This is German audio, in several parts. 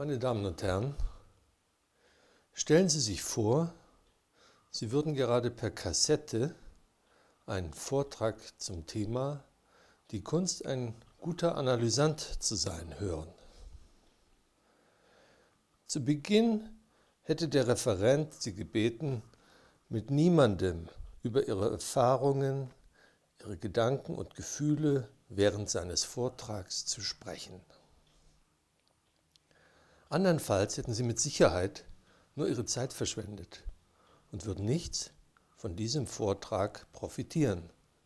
Meine Damen und Herren, stellen Sie sich vor, Sie würden gerade per Kassette einen Vortrag zum Thema „Die Kunst, ein guter Analysant zu sein“ hören. Zu Beginn hätte der Referent Sie gebeten, mit niemandem über Ihre Erfahrungen, Ihre Gedanken und Gefühle während seines Vortrags zu sprechen. Andernfalls hätten Sie mit Sicherheit nur Ihre Zeit verschwendet und würden nichts von diesem Vortrag profitieren.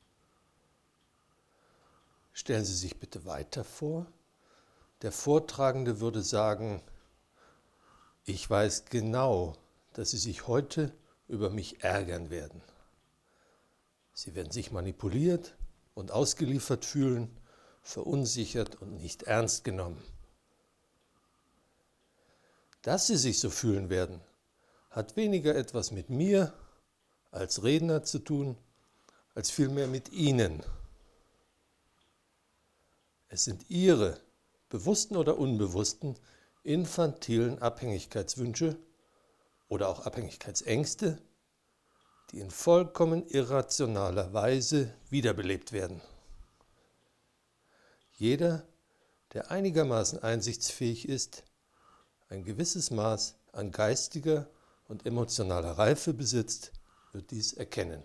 Stellen Sie sich bitte weiter vor, der Vortragende würde sagen: Ich weiß genau, dass Sie sich heute über mich ärgern werden. Sie werden sich manipuliert und ausgeliefert fühlen, verunsichert und nicht ernst genommen. Dass Sie sich so fühlen werden, hat weniger etwas mit mir als Redner zu tun, als vielmehr mit Ihnen. Es sind Ihre, bewussten oder unbewussten, infantilen Abhängigkeitswünsche oder auch Abhängigkeitsängste, die in vollkommen irrationaler Weise wiederbelebt werden. Jeder, der einigermaßen einsichtsfähig ist, ein gewisses Maß an geistiger und emotionaler Reife besitzt, wird dies erkennen.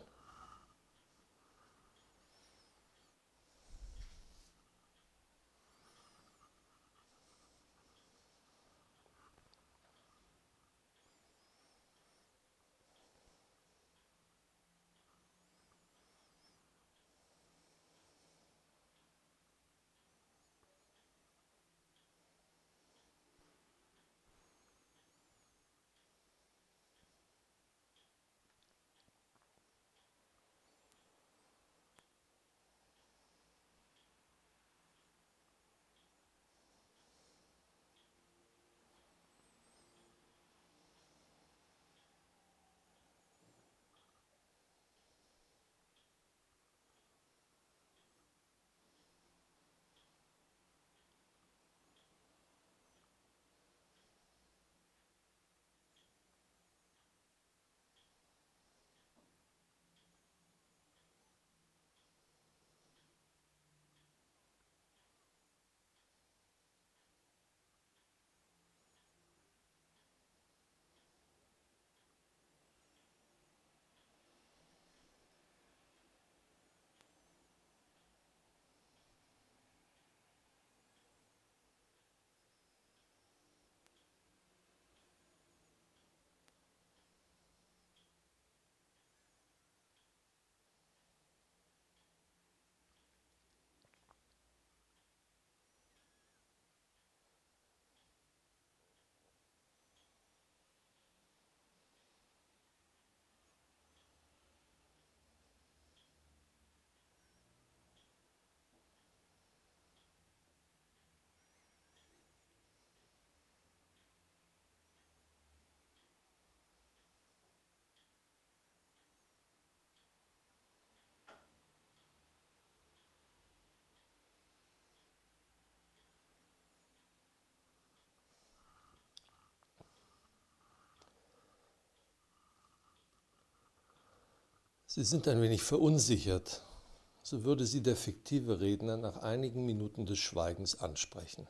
Sie sind ein wenig verunsichert, so würde Sie der fiktive Redner nach einigen Minuten des Schweigens ansprechen.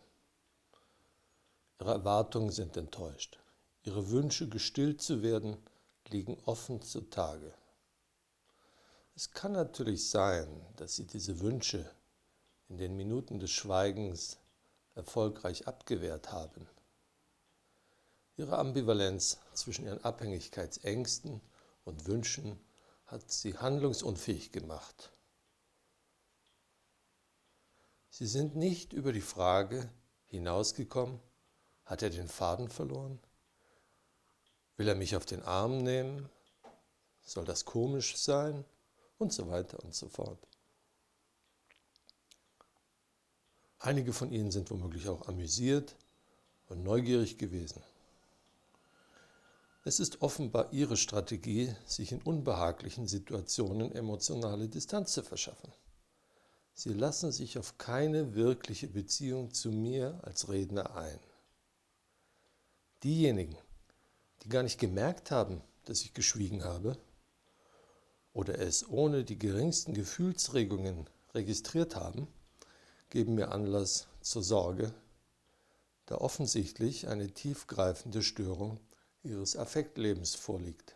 Ihre Erwartungen sind enttäuscht. Ihre Wünsche, gestillt zu werden, liegen offen zutage. Es kann natürlich sein, dass Sie diese Wünsche in den Minuten des Schweigens erfolgreich abgewehrt haben. Ihre Ambivalenz zwischen Ihren Abhängigkeitsängsten und Wünschen hat Sie handlungsunfähig gemacht. Sie sind nicht über die Frage hinausgekommen: Hat er den Faden verloren? Will er mich auf den Arm nehmen? Soll das komisch sein? Und so weiter und so fort. Einige von Ihnen sind womöglich auch amüsiert und neugierig gewesen. Es ist offenbar Ihre Strategie, sich in unbehaglichen Situationen emotionale Distanz zu verschaffen. Sie lassen sich auf keine wirkliche Beziehung zu mir als Redner ein. Diejenigen, die gar nicht gemerkt haben, dass ich geschwiegen habe oder es ohne die geringsten Gefühlsregungen registriert haben, geben mir Anlass zur Sorge, da offensichtlich eine tiefgreifende Störung ihres Affektlebens vorliegt.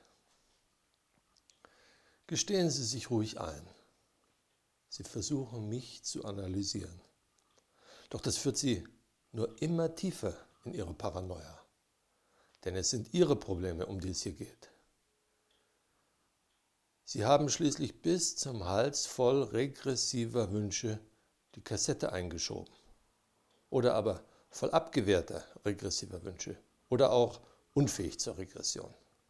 Gestehen Sie sich ruhig ein. Sie versuchen, mich zu analysieren. Doch das führt Sie nur immer tiefer in Ihre Paranoia. Denn es sind Ihre Probleme, um die es hier geht. Sie haben schließlich bis zum Hals voll regressiver Wünsche die Kassette eingeschoben. Oder aber voll abgewehrter regressiver Wünsche. Oder auch unfähig zur Regression.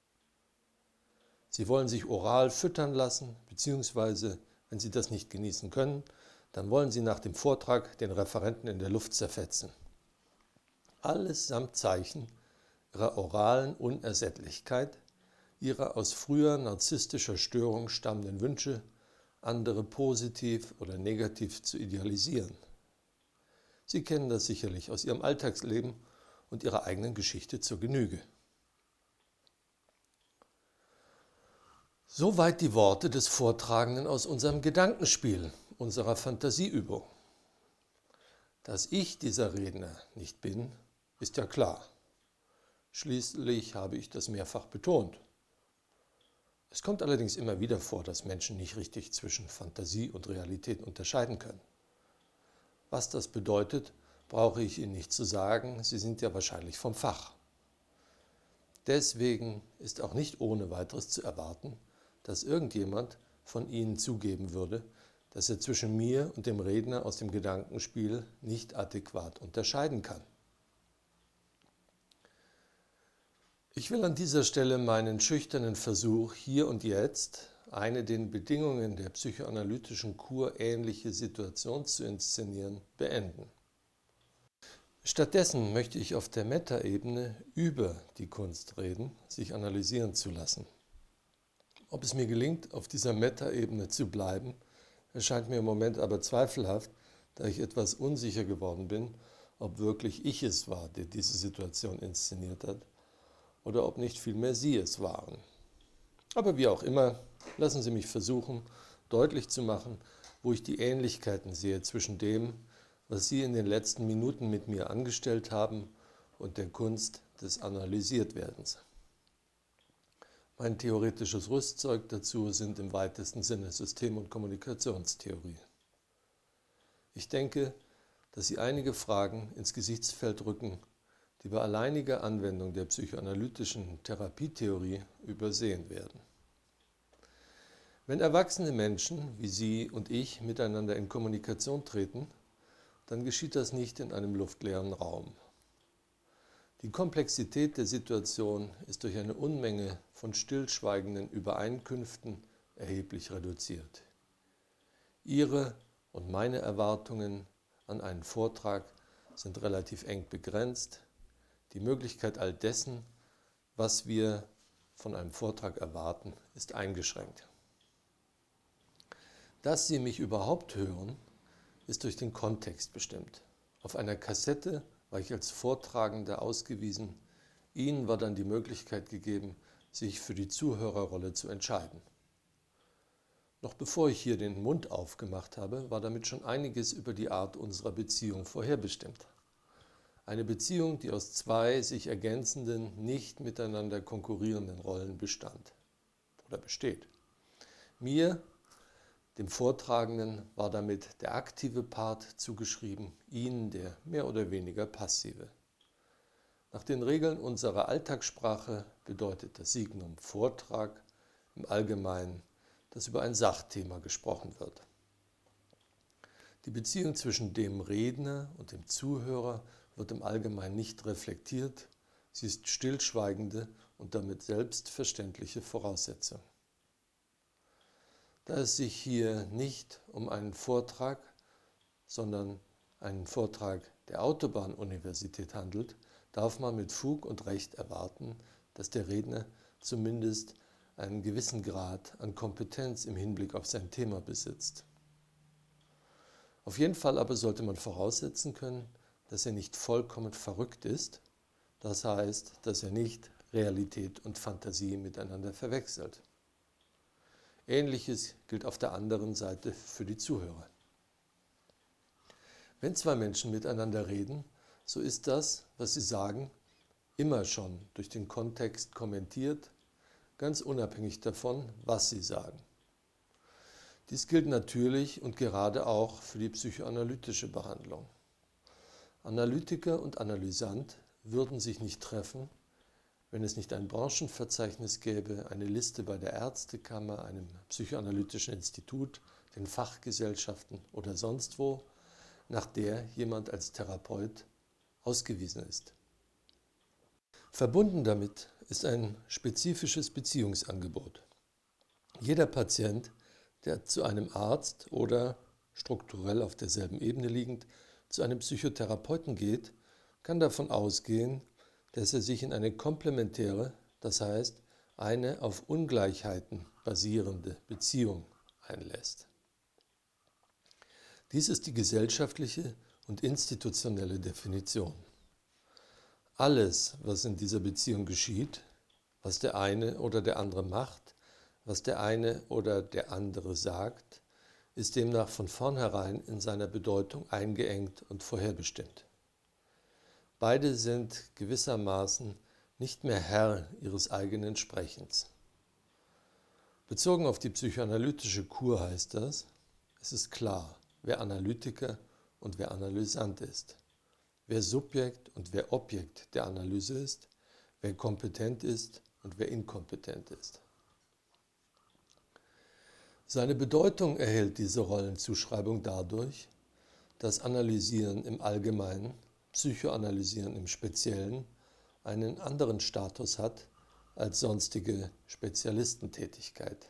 Sie wollen sich oral füttern lassen, beziehungsweise, wenn Sie das nicht genießen können, dann wollen Sie nach dem Vortrag den Referenten in der Luft zerfetzen. Alles samt Zeichen Ihrer oralen Unersättlichkeit, Ihrer aus früher narzisstischer Störung stammenden Wünsche, andere positiv oder negativ zu idealisieren. Sie kennen das sicherlich aus Ihrem Alltagsleben und Ihrer eigenen Geschichte zur Genüge. Soweit die Worte des Vortragenden aus unserem Gedankenspiel, unserer Fantasieübung. Dass ich dieser Redner nicht bin, ist ja klar. Schließlich habe ich das mehrfach betont. Es kommt allerdings immer wieder vor, dass Menschen nicht richtig zwischen Fantasie und Realität unterscheiden können. Was das bedeutet, brauche ich Ihnen nicht zu sagen, Sie sind ja wahrscheinlich vom Fach. Deswegen ist auch nicht ohne weiteres zu erwarten, dass irgendjemand von Ihnen zugeben würde, dass er zwischen mir und dem Redner aus dem Gedankenspiel nicht adäquat unterscheiden kann. Ich will an dieser Stelle meinen schüchternen Versuch, hier und jetzt eine den Bedingungen der psychoanalytischen Kur ähnliche Situation zu inszenieren, beenden. Stattdessen möchte ich auf der Metaebene über die Kunst reden, sich analysieren zu lassen. Ob es mir gelingt, auf dieser Metaebene zu bleiben, erscheint mir im Moment aber zweifelhaft, da ich etwas unsicher geworden bin, ob wirklich ich es war, der diese Situation inszeniert hat, oder ob nicht vielmehr Sie es waren. Aber wie auch immer, lassen Sie mich versuchen, deutlich zu machen, wo ich die Ähnlichkeiten sehe zwischen dem, was Sie in den letzten Minuten mit mir angestellt haben, und der Kunst des Analysiertwerdens. Mein theoretisches Rüstzeug dazu sind im weitesten Sinne System- und Kommunikationstheorie. Ich denke, dass Sie einige Fragen ins Gesichtsfeld rücken, die bei alleiniger Anwendung der psychoanalytischen Therapietheorie übersehen werden. Wenn erwachsene Menschen wie Sie und ich miteinander in Kommunikation treten, dann geschieht das nicht in einem luftleeren Raum. Die Komplexität der Situation ist durch eine Unmenge von stillschweigenden Übereinkünften erheblich reduziert. Ihre und meine Erwartungen an einen Vortrag sind relativ eng begrenzt. Die Möglichkeit all dessen, was wir von einem Vortrag erwarten, ist eingeschränkt. Dass Sie mich überhaupt hören, ist durch den Kontext bestimmt. Auf einer Kassette war ich als Vortragender ausgewiesen. Ihnen war dann die Möglichkeit gegeben, sich für die Zuhörerrolle zu entscheiden. Noch bevor ich hier den Mund aufgemacht habe, war damit schon einiges über die Art unserer Beziehung vorherbestimmt. Eine Beziehung, die aus zwei sich ergänzenden, nicht miteinander konkurrierenden Rollen bestand oder besteht. Mir, dem Vortragenden, war damit der aktive Part zugeschrieben, Ihnen der mehr oder weniger passive. Nach den Regeln unserer Alltagssprache bedeutet das Signum Vortrag im Allgemeinen, dass über ein Sachthema gesprochen wird. Die Beziehung zwischen dem Redner und dem Zuhörer wird im Allgemeinen nicht reflektiert, sie ist stillschweigende und damit selbstverständliche Voraussetzung. Da es sich hier nicht um einen Vortrag, sondern einen Vortrag der Autobahn-Universität handelt, darf man mit Fug und Recht erwarten, dass der Redner zumindest einen gewissen Grad an Kompetenz im Hinblick auf sein Thema besitzt. Auf jeden Fall aber sollte man voraussetzen können, dass er nicht vollkommen verrückt ist, Das heißt, dass er nicht Realität und Fantasie miteinander verwechselt. Ähnliches gilt auf der anderen Seite für die Zuhörer. Wenn zwei Menschen miteinander reden, so ist das, was sie sagen, immer schon durch den Kontext kommentiert, ganz unabhängig davon, was sie sagen. Dies gilt natürlich und gerade auch für die psychoanalytische Behandlung. Analytiker und Analysant würden sich nicht treffen, wenn es nicht ein Branchenverzeichnis gäbe, eine Liste bei der Ärztekammer, einem psychoanalytischen Institut, den Fachgesellschaften oder sonst wo, nach der jemand als Therapeut ausgewiesen ist. Verbunden damit ist ein spezifisches Beziehungsangebot. Jeder Patient, der zu einem Arzt oder, strukturell auf derselben Ebene liegend, zu einem Psychotherapeuten geht, kann davon ausgehen, dass er sich in eine komplementäre, das heißt eine auf Ungleichheiten basierende Beziehung einlässt. Dies ist die gesellschaftliche und institutionelle Definition. Alles, was in dieser Beziehung geschieht, was der eine oder der andere macht, was der eine oder der andere sagt, ist demnach von vornherein in seiner Bedeutung eingeengt und vorherbestimmt. Beide sind gewissermaßen nicht mehr Herr ihres eigenen Sprechens. Bezogen auf die psychoanalytische Kur heißt das, es ist klar, wer Analytiker und wer Analysant ist, wer Subjekt und wer Objekt der Analyse ist, wer kompetent ist und wer inkompetent ist. Seine Bedeutung erhält diese Rollenzuschreibung dadurch, dass Analysieren im Allgemeinen, Psychoanalysieren im Speziellen einen anderen Status hat als sonstige Spezialistentätigkeit.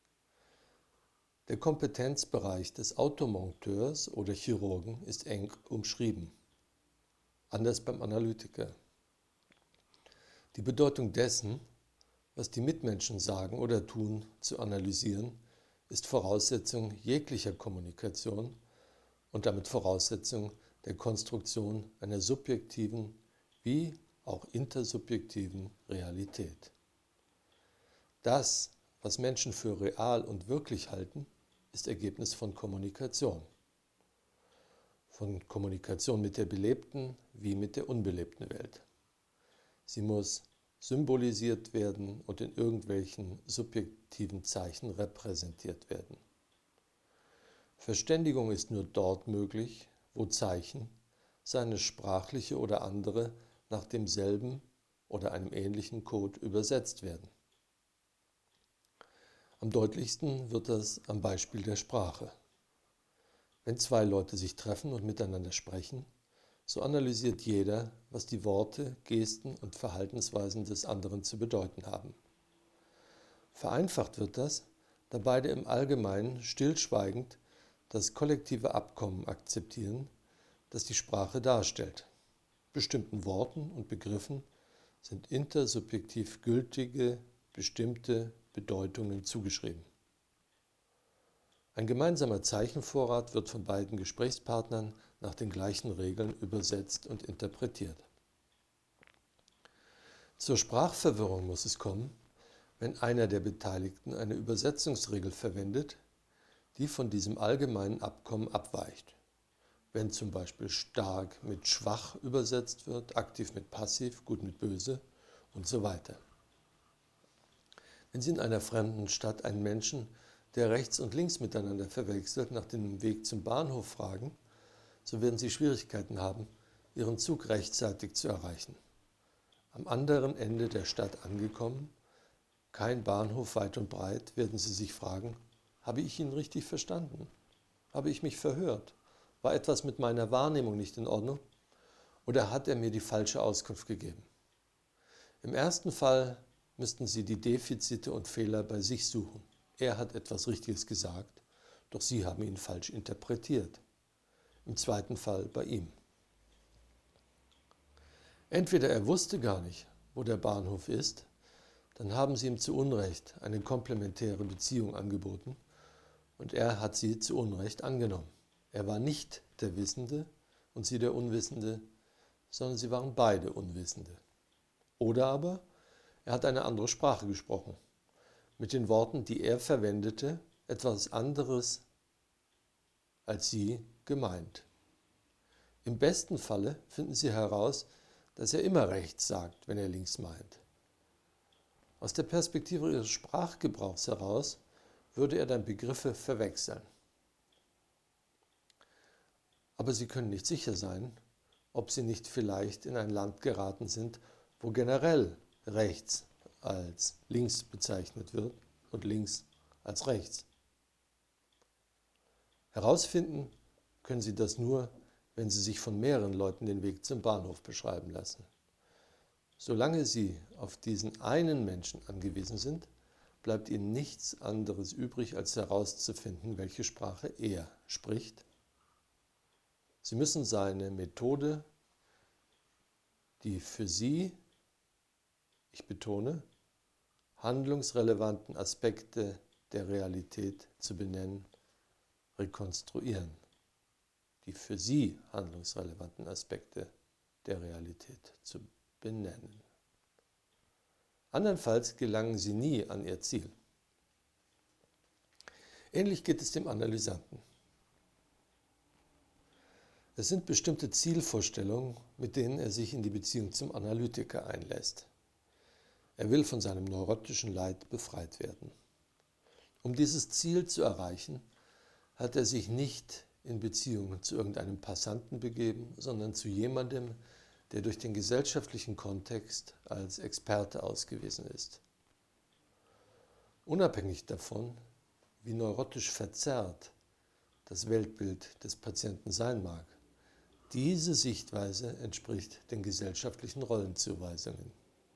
Der Kompetenzbereich des Automonteurs oder Chirurgen ist eng umschrieben. Anders beim Analytiker. Die Bedeutung dessen, was die Mitmenschen sagen oder tun, zu analysieren, ist Voraussetzung jeglicher Kommunikation und damit Voraussetzung der Konstruktion einer subjektiven wie auch intersubjektiven Realität. Das, was Menschen für real und wirklich halten, ist Ergebnis von Kommunikation. Von Kommunikation mit der belebten wie mit der unbelebten Welt. Sie muss symbolisiert werden und in irgendwelchen subjektiven Zeichen repräsentiert werden. Verständigung ist nur dort möglich, wo Zeichen, seien es sprachliche oder andere, nach demselben oder einem ähnlichen Code übersetzt werden. Am deutlichsten wird das am Beispiel der Sprache. Wenn zwei Leute sich treffen und miteinander sprechen, so analysiert jeder, was die Worte, Gesten und Verhaltensweisen des anderen zu bedeuten haben. Vereinfacht wird das, da beide im Allgemeinen stillschweigend das kollektive Abkommen akzeptieren, das die Sprache darstellt. Bestimmten Worten und Begriffen sind intersubjektiv gültige, bestimmte Bedeutungen zugeschrieben. Ein gemeinsamer Zeichenvorrat wird von beiden Gesprächspartnern nach den gleichen Regeln übersetzt und interpretiert. Zur Sprachverwirrung muss es kommen, wenn einer der Beteiligten eine Übersetzungsregel verwendet, die von diesem allgemeinen Abkommen abweicht. Wenn zum Beispiel stark mit schwach übersetzt wird, aktiv mit passiv, gut mit böse und so weiter. Wenn Sie in einer fremden Stadt einen Menschen, der rechts und links miteinander verwechselt, nach dem Weg zum Bahnhof fragen, so werden Sie Schwierigkeiten haben, Ihren Zug rechtzeitig zu erreichen. Am anderen Ende der Stadt angekommen, kein Bahnhof weit und breit, werden Sie sich fragen, habe ich ihn richtig verstanden? Habe ich mich verhört? War etwas mit meiner Wahrnehmung nicht in Ordnung? Oder hat er mir die falsche Auskunft gegeben? Im ersten Fall müssten Sie die Defizite und Fehler bei sich suchen. Er hat etwas Richtiges gesagt, doch Sie haben ihn falsch interpretiert. Im zweiten Fall bei ihm. Entweder er wusste gar nicht, wo der Bahnhof ist, dann haben Sie ihm zu Unrecht eine komplementäre Beziehung angeboten und er hat sie zu Unrecht angenommen. Er war nicht der Wissende und Sie der Unwissende, sondern Sie waren beide Unwissende. Oder aber er hat eine andere Sprache gesprochen, mit den Worten, die er verwendete, etwas anderes als Sie gemeint. Im besten Falle finden Sie heraus, dass er immer rechts sagt, wenn er links meint. Aus der Perspektive Ihres Sprachgebrauchs heraus würde er dann Begriffe verwechseln. Aber Sie können nicht sicher sein, ob Sie nicht vielleicht in ein Land geraten sind, wo generell rechts als links bezeichnet wird und links als rechts. Herausfinden können Sie das nur, wenn Sie sich von mehreren Leuten den Weg zum Bahnhof beschreiben lassen. Solange Sie auf diesen einen Menschen angewiesen sind, bleibt Ihnen nichts anderes übrig, als herauszufinden, welche Sprache er spricht. Sie müssen seine Methode, die für Sie, ich betone, handlungsrelevanten Aspekte der Realität zu benennen, rekonstruieren. Die für Sie handlungsrelevanten Aspekte der Realität zu benennen. Andernfalls gelangen Sie nie an Ihr Ziel. Ähnlich geht es dem Analysanten. Es sind bestimmte Zielvorstellungen, mit denen er sich in die Beziehung zum Analytiker einlässt. Er will von seinem neurotischen Leid befreit werden. Um dieses Ziel zu erreichen, hat er sich nicht in Beziehung zu irgendeinem Passanten begeben, sondern zu jemandem, der durch den gesellschaftlichen Kontext als Experte ausgewiesen ist. Unabhängig davon, wie neurotisch verzerrt das Weltbild des Patienten sein mag, diese Sichtweise entspricht den gesellschaftlichen Rollenzuweisungen.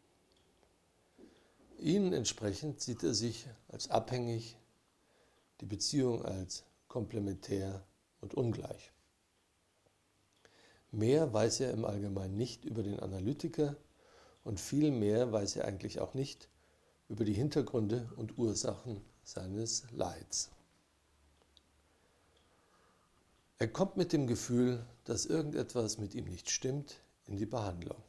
Ihnen entsprechend sieht er sich als abhängig, die Beziehung als komplementär und ungleich. Mehr weiß er im Allgemeinen nicht über den Analytiker und viel mehr weiß er eigentlich auch nicht über die Hintergründe und Ursachen seines Leids. Er kommt mit dem Gefühl, dass irgendetwas mit ihm nicht stimmt, in die Behandlung.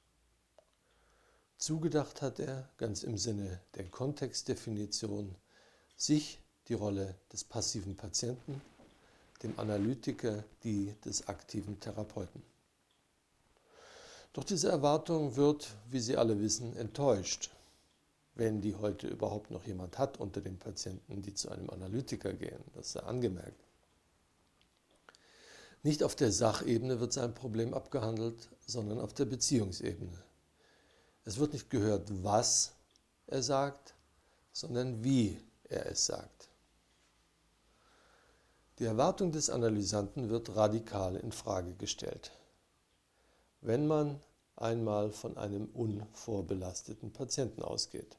Zugedacht hat er, ganz im Sinne der Kontextdefinition, sich die Rolle des passiven Patienten, dem Analytiker die des aktiven Therapeuten. Doch diese Erwartung wird, wie Sie alle wissen, enttäuscht, wenn die heute überhaupt noch jemand hat unter den Patienten, die zu einem Analytiker gehen, das sei angemerkt. Nicht auf der Sachebene wird sein Problem abgehandelt, sondern auf der Beziehungsebene. Es wird nicht gehört, was er sagt, sondern wie er es sagt. Die Erwartung des Analysanten wird radikal in Frage gestellt, wenn man einmal von einem unvorbelasteten Patienten ausgeht.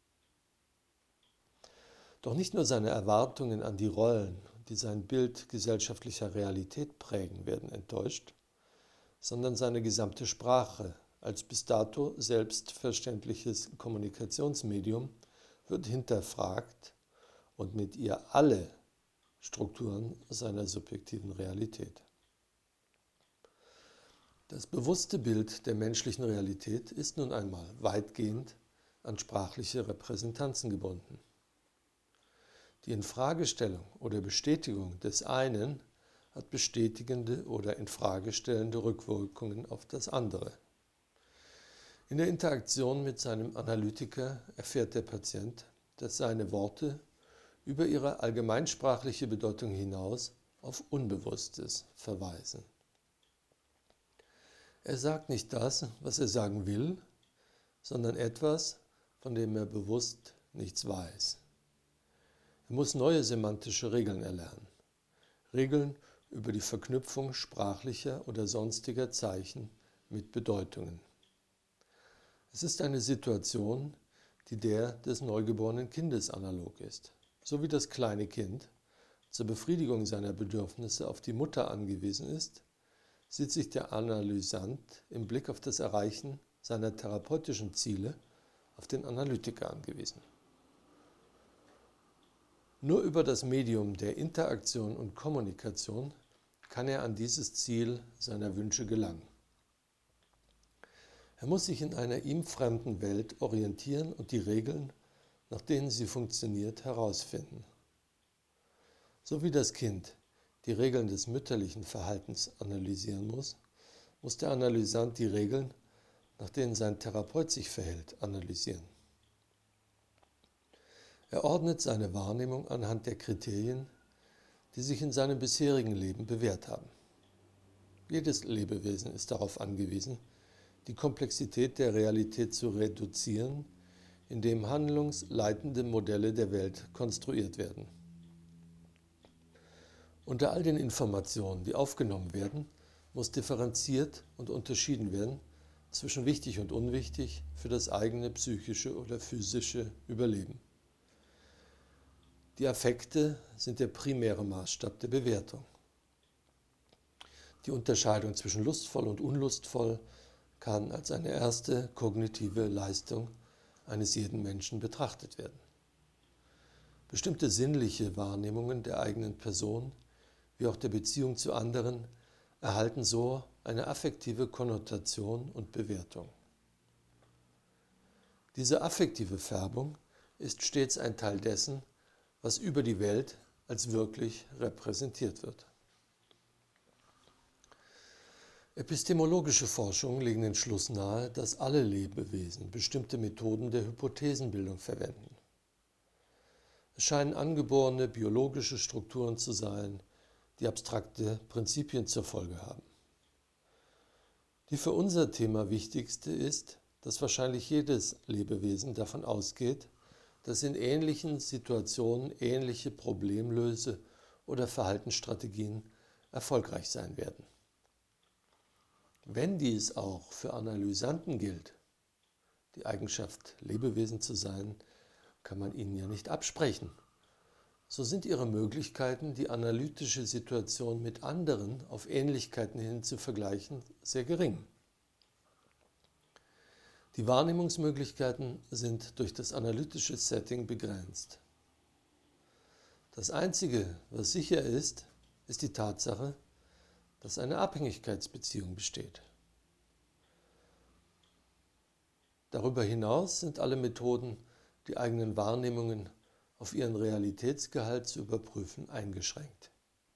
Doch nicht nur seine Erwartungen an die Rollen, die sein Bild gesellschaftlicher Realität prägen, werden enttäuscht, sondern seine gesamte Sprache als bis dato selbstverständliches Kommunikationsmedium wird hinterfragt und mit ihr alle Strukturen seiner subjektiven Realität. Das bewusste Bild der menschlichen Realität ist nun einmal weitgehend an sprachliche Repräsentanzen gebunden. Die Infragestellung oder Bestätigung des einen hat bestätigende oder infragestellende Rückwirkungen auf das andere. In der Interaktion mit seinem Analytiker erfährt der Patient, dass seine Worte über ihre allgemeinsprachliche Bedeutung hinaus auf Unbewusstes verweisen. Er sagt nicht das, was er sagen will, sondern etwas, von dem er bewusst nichts weiß. Er muss neue semantische Regeln erlernen. Regeln über die Verknüpfung sprachlicher oder sonstiger Zeichen mit Bedeutungen. Es ist eine Situation, die der des neugeborenen Kindes analog ist. So wie das kleine Kind zur Befriedigung seiner Bedürfnisse auf die Mutter angewiesen ist, sieht sich der Analysant im Blick auf das Erreichen seiner therapeutischen Ziele auf den Analytiker angewiesen. Nur über das Medium der Interaktion und Kommunikation kann er an dieses Ziel seiner Wünsche gelangen. Er muss sich in einer ihm fremden Welt orientieren und die Regeln, nach denen sie funktioniert, herausfinden. So wie das Kind die Regeln des mütterlichen Verhaltens analysieren muss, muss der Analysant die Regeln, nach denen sein Therapeut sich verhält, analysieren. Er ordnet seine Wahrnehmung anhand der Kriterien, die sich in seinem bisherigen Leben bewährt haben. Jedes Lebewesen ist darauf angewiesen, die Komplexität der Realität zu reduzieren, indem handlungsleitende Modelle der Welt konstruiert werden. Unter all den Informationen, die aufgenommen werden, muss differenziert und unterschieden werden zwischen wichtig und unwichtig für das eigene psychische oder physische Überleben. Die Affekte sind der primäre Maßstab der Bewertung. Die Unterscheidung zwischen lustvoll und unlustvoll kann als eine erste kognitive Leistung eines jeden Menschen betrachtet werden. Bestimmte sinnliche Wahrnehmungen der eigenen Person, wie auch der Beziehung zu anderen, erhalten so eine affektive Konnotation und Bewertung. Diese affektive Färbung ist stets ein Teil dessen, was über die Welt als wirklich repräsentiert wird. Epistemologische Forschungen legen den Schluss nahe, dass alle Lebewesen bestimmte Methoden der Hypothesenbildung verwenden. Es scheinen angeborene biologische Strukturen zu sein, die abstrakte Prinzipien zur Folge haben. Die für unser Thema wichtigste ist, dass wahrscheinlich jedes Lebewesen davon ausgeht, dass in ähnlichen Situationen ähnliche Problemlöse- oder Verhaltensstrategien erfolgreich sein werden. Wenn dies auch für Analysanten gilt, die Eigenschaft, Lebewesen zu sein, kann man ihnen ja nicht absprechen. So sind ihre Möglichkeiten, die analytische Situation mit anderen auf Ähnlichkeiten hin zu vergleichen, sehr gering. Die Wahrnehmungsmöglichkeiten sind durch das analytische Setting begrenzt. Das Einzige, was sicher ist, ist die Tatsache, dass eine Abhängigkeitsbeziehung besteht. Darüber hinaus sind alle Methoden, die eigenen Wahrnehmungen auf ihren Realitätsgehalt zu überprüfen, eingeschränkt.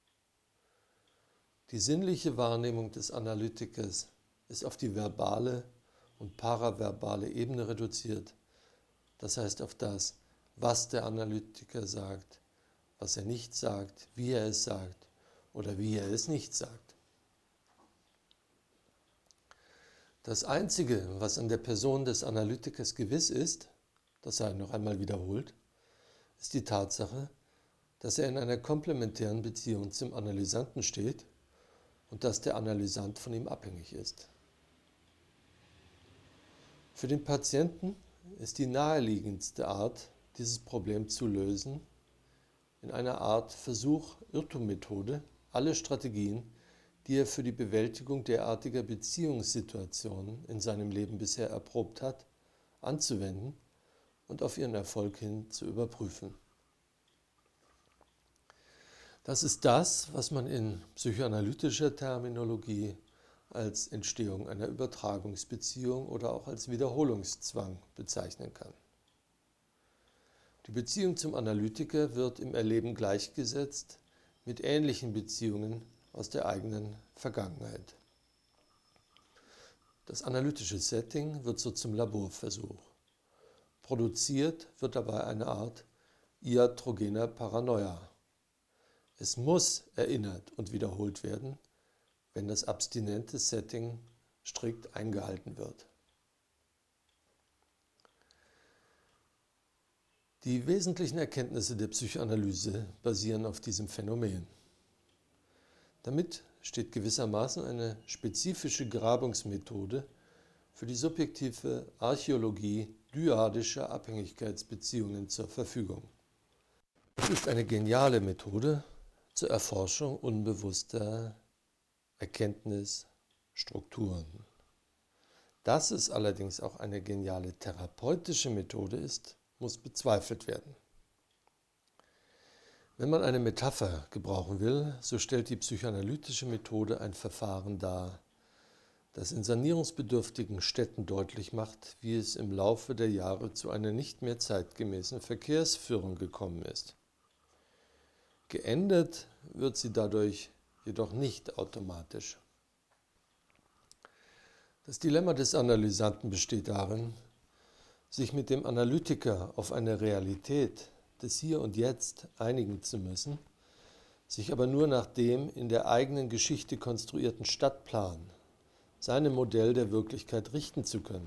Die sinnliche Wahrnehmung des Analytikers ist auf die verbale und paraverbale Ebene reduziert, das heißt auf das, was der Analytiker sagt, was er nicht sagt, wie er es sagt oder wie er es nicht sagt. Das Einzige, was an der Person des Analytikers gewiss ist, das sei noch einmal wiederholt, ist die Tatsache, dass er in einer komplementären Beziehung zum Analysanten steht und dass der Analysant von ihm abhängig ist. Für den Patienten ist die naheliegendste Art, dieses Problem zu lösen, in einer Art Versuch-Irrtum-Methode alle Strategien, die er für die Bewältigung derartiger Beziehungssituationen in seinem Leben bisher erprobt hat, anzuwenden und auf ihren Erfolg hin zu überprüfen. Das ist das, was man in psychoanalytischer Terminologie als Entstehung einer Übertragungsbeziehung oder auch als Wiederholungszwang bezeichnen kann. Die Beziehung zum Analytiker wird im Erleben gleichgesetzt mit ähnlichen Beziehungen aus der eigenen Vergangenheit. Das analytische Setting wird so zum Laborversuch. Produziert wird dabei eine Art iatrogener Paranoia. Es muss erinnert und wiederholt werden, wenn das abstinente Setting strikt eingehalten wird. Die wesentlichen Erkenntnisse der Psychoanalyse basieren auf diesem Phänomen. Damit steht gewissermaßen eine spezifische Grabungsmethode für die subjektive Archäologie dyadischer Abhängigkeitsbeziehungen zur Verfügung. Es ist eine geniale Methode zur Erforschung unbewusster Erkenntnisstrukturen. Dass es allerdings auch eine geniale therapeutische Methode ist, muss bezweifelt werden. Wenn man eine Metapher gebrauchen will, so stellt die psychoanalytische Methode ein Verfahren dar, das in sanierungsbedürftigen Städten deutlich macht, wie es im Laufe der Jahre zu einer nicht mehr zeitgemäßen Verkehrsführung gekommen ist. Geändert wird sie dadurch jedoch nicht automatisch. Das Dilemma des Analysanten besteht darin, sich mit dem Analytiker auf eine Realität des Hier und Jetzt einigen zu müssen, sich aber nur nach dem in der eigenen Geschichte konstruierten Stadtplan, seinem Modell der Wirklichkeit richten zu können.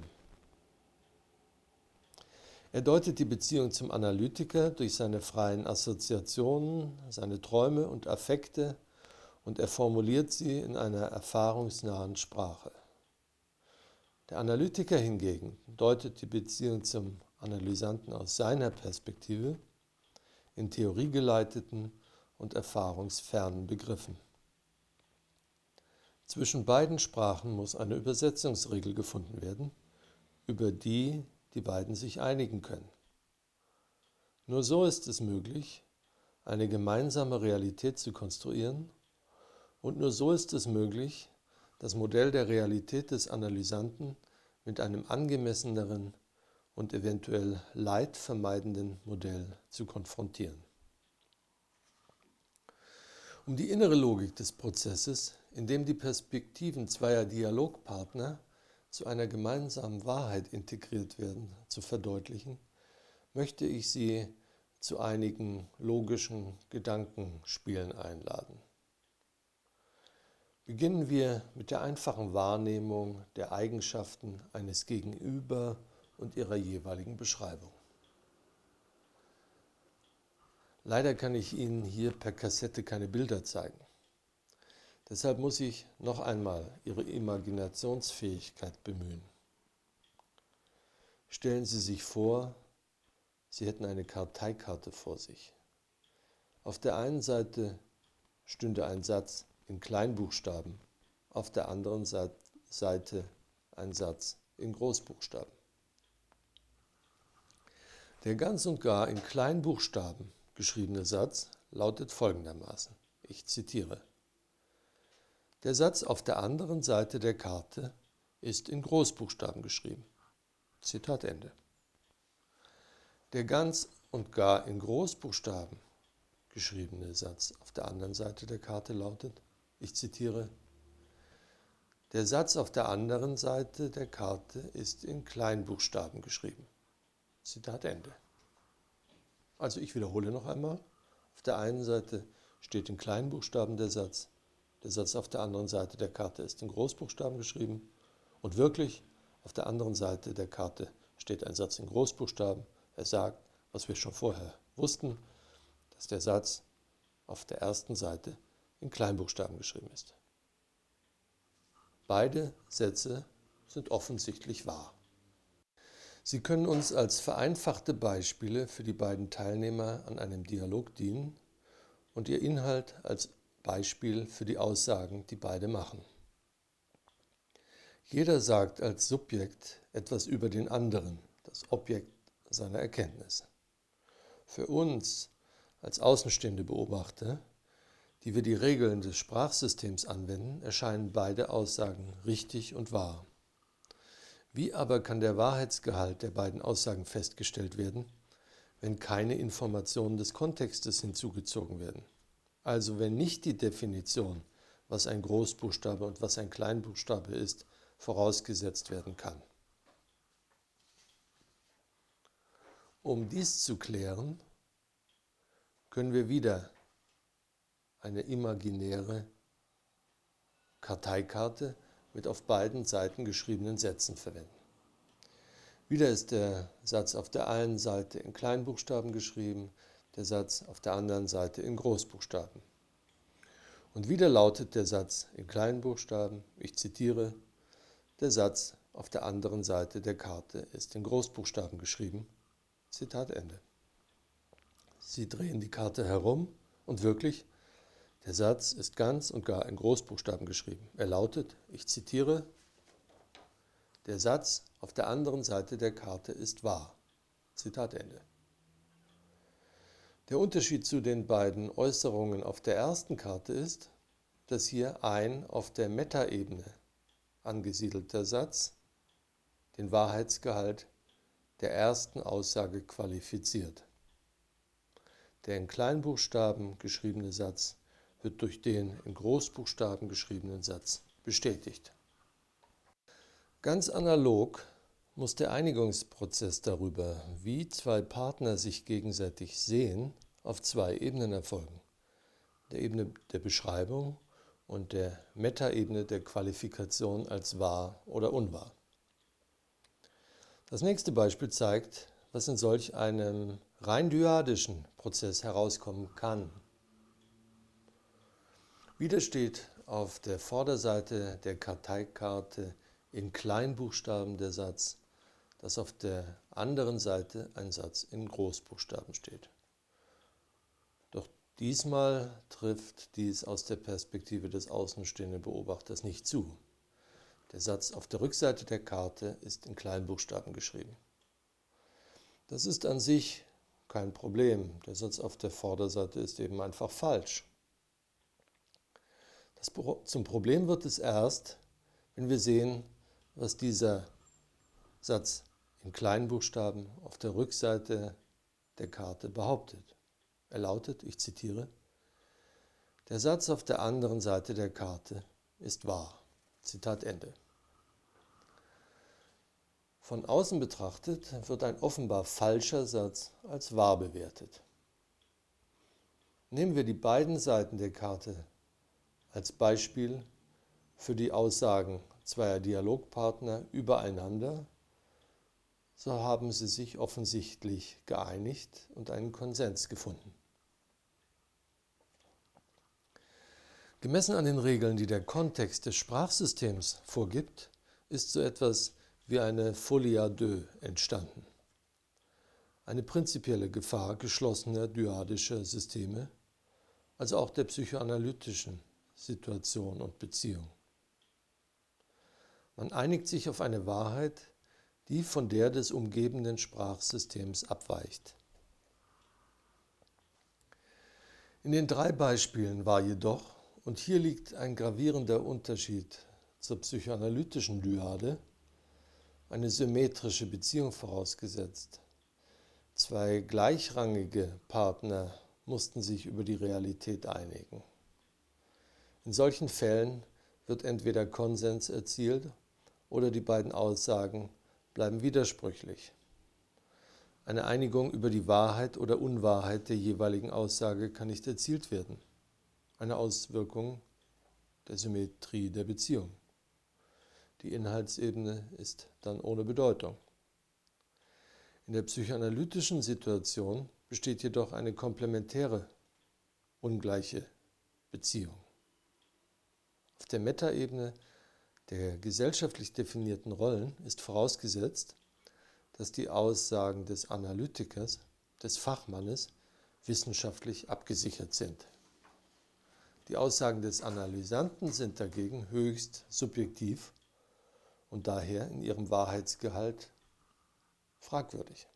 Er deutet die Beziehung zum Analytiker durch seine freien Assoziationen, seine Träume und Affekte und er formuliert sie in einer erfahrungsnahen Sprache. Der Analytiker hingegen deutet die Beziehung zum Analysanten aus seiner Perspektive in theoriegeleiteten und erfahrungsfernen Begriffen. Zwischen beiden Sprachen muss eine Übersetzungsregel gefunden werden, über die die beiden sich einigen können. Nur so ist es möglich, eine gemeinsame Realität zu konstruieren und nur so ist es möglich, das Modell der Realität des Analysanten mit einem angemesseneren und eventuell leidvermeidenden Modell zu konfrontieren. Um die innere Logik des Prozesses, in dem die Perspektiven zweier Dialogpartner zu einer gemeinsamen Wahrheit integriert werden, zu verdeutlichen, möchte ich Sie zu einigen logischen Gedankenspielen einladen. Beginnen wir mit der einfachen Wahrnehmung der Eigenschaften eines Gegenüber und ihrer jeweiligen Beschreibung. Leider kann ich Ihnen hier per Kassette keine Bilder zeigen. Deshalb muss ich noch einmal Ihre Imaginationsfähigkeit bemühen. Stellen Sie sich vor, Sie hätten eine Karteikarte vor sich. Auf der einen Seite stünde ein Satz in Kleinbuchstaben, auf der anderen Seite ein Satz in Großbuchstaben. Der ganz und gar in Kleinbuchstaben geschriebene Satz lautet folgendermaßen, ich zitiere: Der Satz auf der anderen Seite der Karte ist in Großbuchstaben geschrieben. Zitat Ende. Der ganz und gar in Großbuchstaben geschriebene Satz auf der anderen Seite der Karte lautet, ich zitiere: Der Satz auf der anderen Seite der Karte ist in Kleinbuchstaben geschrieben. Zitat Ende. Also ich wiederhole noch einmal. Auf der einen Seite steht in Kleinbuchstaben der Satz auf der anderen Seite der Karte ist in Großbuchstaben geschrieben. Und wirklich, auf der anderen Seite der Karte steht ein Satz in Großbuchstaben. Er sagt, was wir schon vorher wussten, dass der Satz auf der ersten Seite in Kleinbuchstaben geschrieben ist. Beide Sätze sind offensichtlich wahr. Sie können uns als vereinfachte Beispiele für die beiden Teilnehmer an einem Dialog dienen und ihr Inhalt als Beispiel für die Aussagen, die beide machen. Jeder sagt als Subjekt etwas über den anderen, das Objekt seiner Erkenntnis. Für uns als außenstehende Beobachter, die wir die Regeln des Sprachsystems anwenden, erscheinen beide Aussagen richtig und wahr. Wie aber kann der Wahrheitsgehalt der beiden Aussagen festgestellt werden, wenn keine Informationen des Kontextes hinzugezogen werden? Also wenn nicht die Definition, was ein Großbuchstabe und was ein Kleinbuchstabe ist, vorausgesetzt werden kann. Um dies zu klären, können wir wieder eine imaginäre Karteikarte mit auf beiden Seiten geschriebenen Sätzen verwenden. Wieder ist der Satz auf der einen Seite in Kleinbuchstaben geschrieben, der Satz auf der anderen Seite in Großbuchstaben. Und wieder lautet der Satz in Kleinbuchstaben, ich zitiere, der Satz auf der anderen Seite der Karte ist in Großbuchstaben geschrieben. Zitat Ende. Sie drehen die Karte herum und wirklich, der Satz ist ganz und gar in Großbuchstaben geschrieben. Er lautet, ich zitiere, der Satz auf der anderen Seite der Karte ist wahr. Zitat Ende. Der Unterschied zu den beiden Äußerungen auf der ersten Karte ist, dass hier ein auf der Metaebene, angesiedelter Satz den Wahrheitsgehalt der ersten Aussage qualifiziert. Der in Kleinbuchstaben geschriebene Satz wird durch den in Großbuchstaben geschriebenen Satz bestätigt. Ganz analog muss der Einigungsprozess darüber, wie zwei Partner sich gegenseitig sehen, auf zwei Ebenen erfolgen. Der Ebene der Beschreibung und der Metaebene der Qualifikation als wahr oder unwahr. Das nächste Beispiel zeigt, was in solch einem rein dyadischen Prozess herauskommen kann. Wieder steht auf der Vorderseite der Karteikarte in Kleinbuchstaben der Satz, dass auf der anderen Seite ein Satz in Großbuchstaben steht. Doch diesmal trifft dies aus der Perspektive des außenstehenden Beobachters nicht zu. Der Satz auf der Rückseite der Karte ist in Kleinbuchstaben geschrieben. Das ist an sich kein Problem. Der Satz auf der Vorderseite ist eben einfach falsch. Zum Problem wird es erst, wenn wir sehen, was dieser Satz in Kleinbuchstaben auf der Rückseite der Karte behauptet. Er lautet, ich zitiere, der Satz auf der anderen Seite der Karte ist wahr. Zitat Ende. Von außen betrachtet wird ein offenbar falscher Satz als wahr bewertet. Nehmen wir die beiden Seiten der Karte als Beispiel für die Aussagen zweier Dialogpartner übereinander, so haben sie sich offensichtlich geeinigt und einen Konsens gefunden. Gemessen an den Regeln, die der Kontext des Sprachsystems vorgibt, ist so etwas wie eine Folie à deux entstanden. Eine prinzipielle Gefahr geschlossener dyadischer Systeme, also auch der psychoanalytischen Situation und Beziehung. Man einigt sich auf eine Wahrheit, die von der des umgebenden Sprachsystems abweicht. In den 3 Beispielen war jedoch, und hier liegt ein gravierender Unterschied zur psychoanalytischen Dyade, eine symmetrische Beziehung vorausgesetzt. 2 gleichrangige Partner mussten sich über die Realität einigen. In solchen Fällen wird entweder Konsens erzielt oder die beiden Aussagen bleiben widersprüchlich. Eine Einigung über die Wahrheit oder Unwahrheit der jeweiligen Aussage kann nicht erzielt werden. Eine Auswirkung der Symmetrie der Beziehung. Die Inhaltsebene ist dann ohne Bedeutung. In der psychoanalytischen Situation besteht jedoch eine komplementäre, ungleiche Beziehung. Auf der Metaebene der gesellschaftlich definierten Rollen ist vorausgesetzt, dass die Aussagen des Analytikers, des Fachmannes, wissenschaftlich abgesichert sind. Die Aussagen des Analysanten sind dagegen höchst subjektiv und daher in ihrem Wahrheitsgehalt fragwürdig.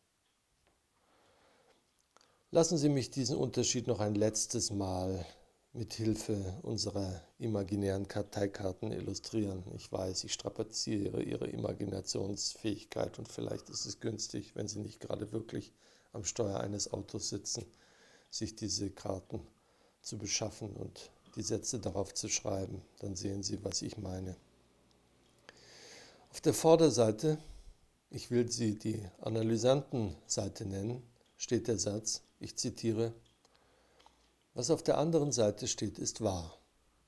Lassen Sie mich diesen Unterschied noch ein letztes Mal mit Hilfe unserer imaginären Karteikarten illustrieren. Ich weiß, ich strapaziere Ihre Imaginationsfähigkeit und vielleicht ist es günstig, wenn Sie nicht gerade wirklich am Steuer eines Autos sitzen, sich diese Karten zu beschaffen und die Sätze darauf zu schreiben. Dann sehen Sie, was ich meine. Auf der Vorderseite, ich will sie die Analysantenseite nennen, steht der Satz, ich zitiere, was auf der anderen Seite steht, ist wahr.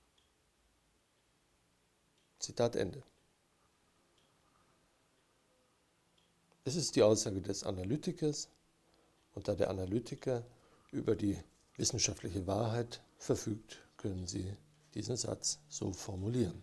Zitat Ende. Es ist die Aussage des Analytikers und da der Analytiker über die wissenschaftliche Wahrheit verfügt, können Sie diesen Satz so formulieren.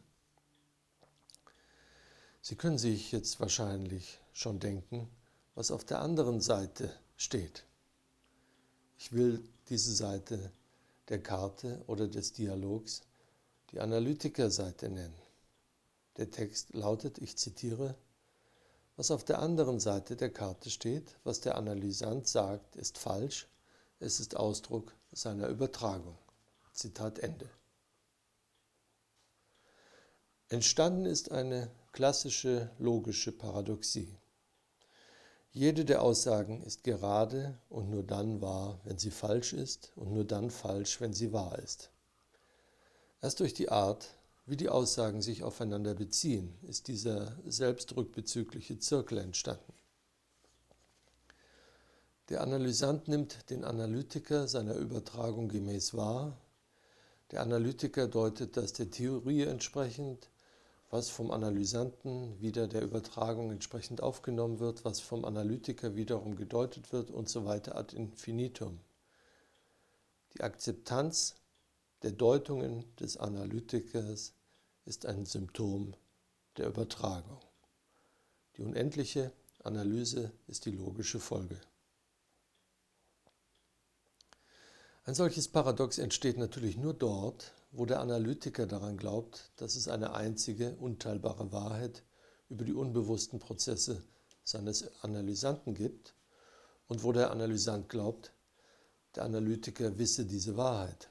Sie können sich jetzt wahrscheinlich schon denken, was auf der anderen Seite steht. Ich will diese Seite der Karte oder des Dialogs die Analytikerseite nennen. Der Text lautet, ich zitiere, was auf der anderen Seite der Karte steht, was der Analysant sagt, ist falsch, es ist Ausdruck seiner Übertragung. Zitat Ende. Entstanden ist eine klassische logische Paradoxie. Jede der Aussagen ist gerade und nur dann wahr, wenn sie falsch ist, und nur dann falsch, wenn sie wahr ist. Erst durch die Art, wie die Aussagen sich aufeinander beziehen, ist dieser selbstrückbezügliche Zirkel entstanden. Der Analysant nimmt den Analytiker seiner Übertragung gemäß wahr. Der Analytiker deutet das der Theorie entsprechend, was vom Analysanten wieder der Übertragung entsprechend aufgenommen wird, was vom Analytiker wiederum gedeutet wird und so weiter ad infinitum. Die Akzeptanz der Deutungen des Analytikers ist ein Symptom der Übertragung. Die unendliche Analyse ist die logische Folge. Ein solches Paradox entsteht natürlich nur dort, wo der Analytiker daran glaubt, dass es eine einzige, unteilbare Wahrheit über die unbewussten Prozesse seines Analysanten gibt und wo der Analysant glaubt, der Analytiker wisse diese Wahrheit.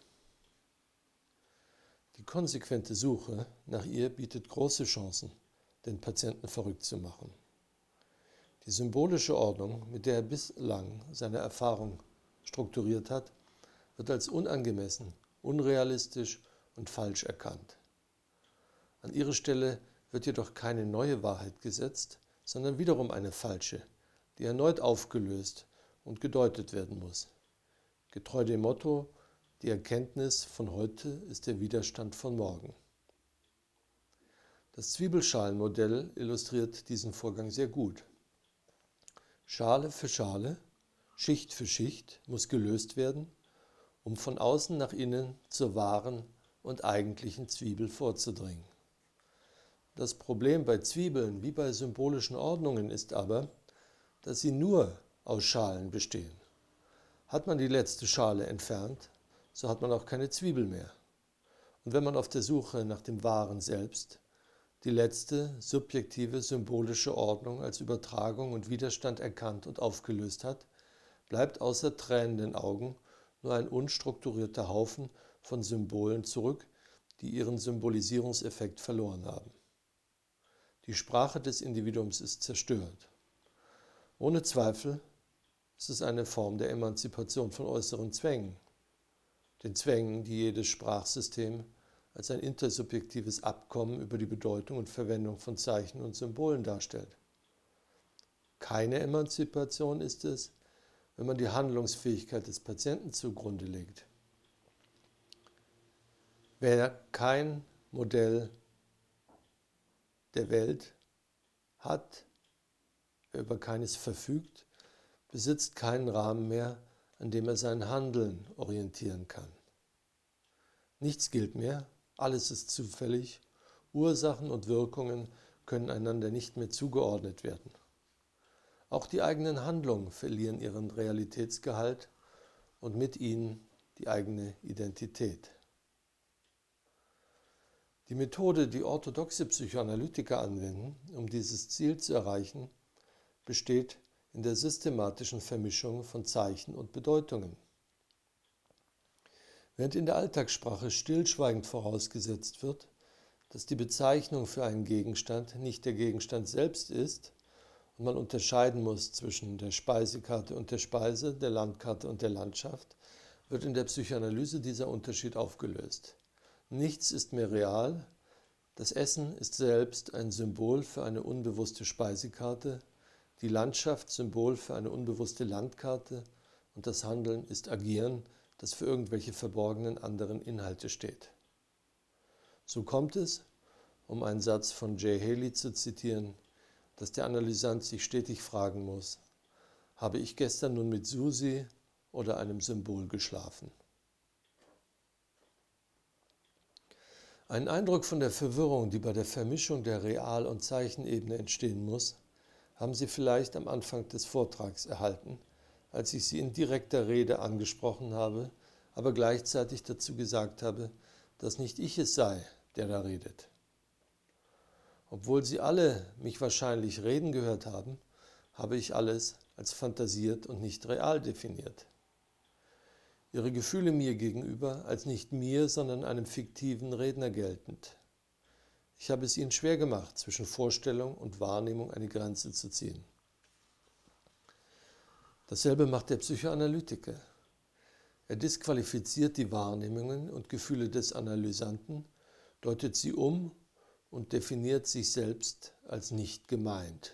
Die konsequente Suche nach ihr bietet große Chancen, den Patienten verrückt zu machen. Die symbolische Ordnung, mit der er bislang seine Erfahrung strukturiert hat, wird als unangemessen, unrealistisch und falsch erkannt. An ihre Stelle wird jedoch keine neue Wahrheit gesetzt, sondern wiederum eine falsche, die erneut aufgelöst und gedeutet werden muss. Getreu dem Motto, die Erkenntnis von heute ist der Widerstand von morgen. Das Zwiebelschalenmodell illustriert diesen Vorgang sehr gut. Schale für Schale, Schicht für Schicht muss gelöst werden, um von außen nach innen zur wahren und eigentlichen Zwiebel vorzudringen. Das Problem bei Zwiebeln wie bei symbolischen Ordnungen ist aber, dass sie nur aus Schalen bestehen. Hat man die letzte Schale entfernt, so hat man auch keine Zwiebel mehr. Und wenn man auf der Suche nach dem Wahren selbst die letzte subjektive symbolische Ordnung als Übertragung und Widerstand erkannt und aufgelöst hat, bleibt außer tränenden Augen nur ein unstrukturierter Haufen von Symbolen zurück, die ihren Symbolisierungseffekt verloren haben. Die Sprache des Individuums ist zerstört. Ohne Zweifel ist es eine Form der Emanzipation von äußeren Zwängen, den Zwängen, die jedes Sprachsystem als ein intersubjektives Abkommen über die Bedeutung und Verwendung von Zeichen und Symbolen darstellt. Keine Emanzipation ist es, wenn man die Handlungsfähigkeit des Patienten zugrunde legt. Wer kein Modell der Welt hat, wer über keines verfügt, besitzt keinen Rahmen mehr, an dem er sein Handeln orientieren kann. Nichts gilt mehr, alles ist zufällig, Ursachen und Wirkungen können einander nicht mehr zugeordnet werden. Auch die eigenen Handlungen verlieren ihren Realitätsgehalt und mit ihnen die eigene Identität. Die Methode, die orthodoxe Psychoanalytiker anwenden, um dieses Ziel zu erreichen, besteht in der systematischen Vermischung von Zeichen und Bedeutungen. Während in der Alltagssprache stillschweigend vorausgesetzt wird, dass die Bezeichnung für einen Gegenstand nicht der Gegenstand selbst ist, und man unterscheiden muss zwischen der Speisekarte und der Speise, der Landkarte und der Landschaft, wird in der Psychoanalyse dieser Unterschied aufgelöst. Nichts ist mehr real, das Essen ist selbst ein Symbol für eine unbewusste Speisekarte, die Landschaft Symbol für eine unbewusste Landkarte und das Handeln ist Agieren, das für irgendwelche verborgenen anderen Inhalte steht. So kommt es, um einen Satz von Jay Haley zu zitieren, dass der Analysant sich stetig fragen muss, habe ich gestern nun mit Susi oder einem Symbol geschlafen? Einen Eindruck von der Verwirrung, die bei der Vermischung der Real- und Zeichenebene entstehen muss, haben Sie vielleicht am Anfang des Vortrags erhalten, als ich Sie in direkter Rede angesprochen habe, aber gleichzeitig dazu gesagt habe, dass nicht ich es sei, der da redet. Obwohl Sie alle mich wahrscheinlich reden gehört haben, habe ich alles als fantasiert und nicht real definiert. Ihre Gefühle mir gegenüber als nicht mir, sondern einem fiktiven Redner geltend. Ich habe es ihnen schwer gemacht, zwischen Vorstellung und Wahrnehmung eine Grenze zu ziehen. Dasselbe macht der Psychoanalytiker. Er disqualifiziert die Wahrnehmungen und Gefühle des Analysanten, deutet sie um und definiert sich selbst als nicht gemeint.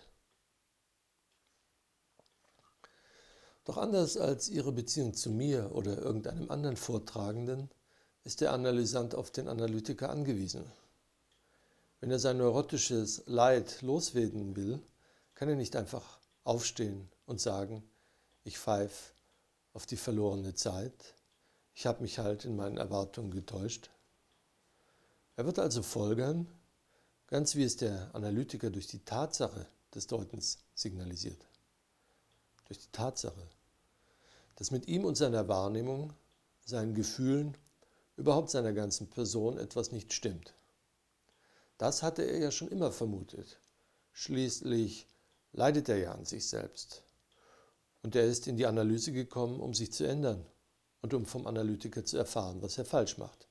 Doch anders als ihre Beziehung zu mir oder irgendeinem anderen Vortragenden ist der Analysant auf den Analytiker angewiesen. Wenn er sein neurotisches Leid loswerden will, kann er nicht einfach aufstehen und sagen, ich pfeife auf die verlorene Zeit, ich habe mich halt in meinen Erwartungen getäuscht. Er wird also folgern, ganz wie es der Analytiker durch die Tatsache des Deutens signalisiert. Durch die Tatsache, dass mit ihm und seiner Wahrnehmung, seinen Gefühlen, überhaupt seiner ganzen Person etwas nicht stimmt. Das hatte er ja schon immer vermutet. Schließlich leidet er ja an sich selbst. Und er ist in die Analyse gekommen, um sich zu ändern und um vom Analytiker zu erfahren, was er falsch macht.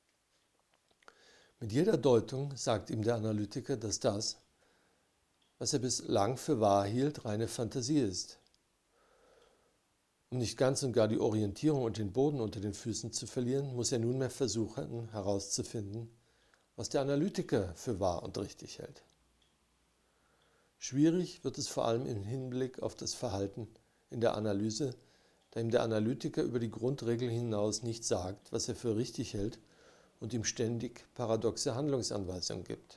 Mit jeder Deutung sagt ihm der Analytiker, dass das, was er bislang für wahr hielt, reine Fantasie ist. Um nicht ganz und gar die Orientierung und den Boden unter den Füßen zu verlieren, muss er nunmehr versuchen herauszufinden, was der Analytiker für wahr und richtig hält. Schwierig wird es vor allem im Hinblick auf das Verhalten in der Analyse, da ihm der Analytiker über die Grundregel hinaus nicht sagt, was er für richtig hält und ihm ständig paradoxe Handlungsanweisungen gibt.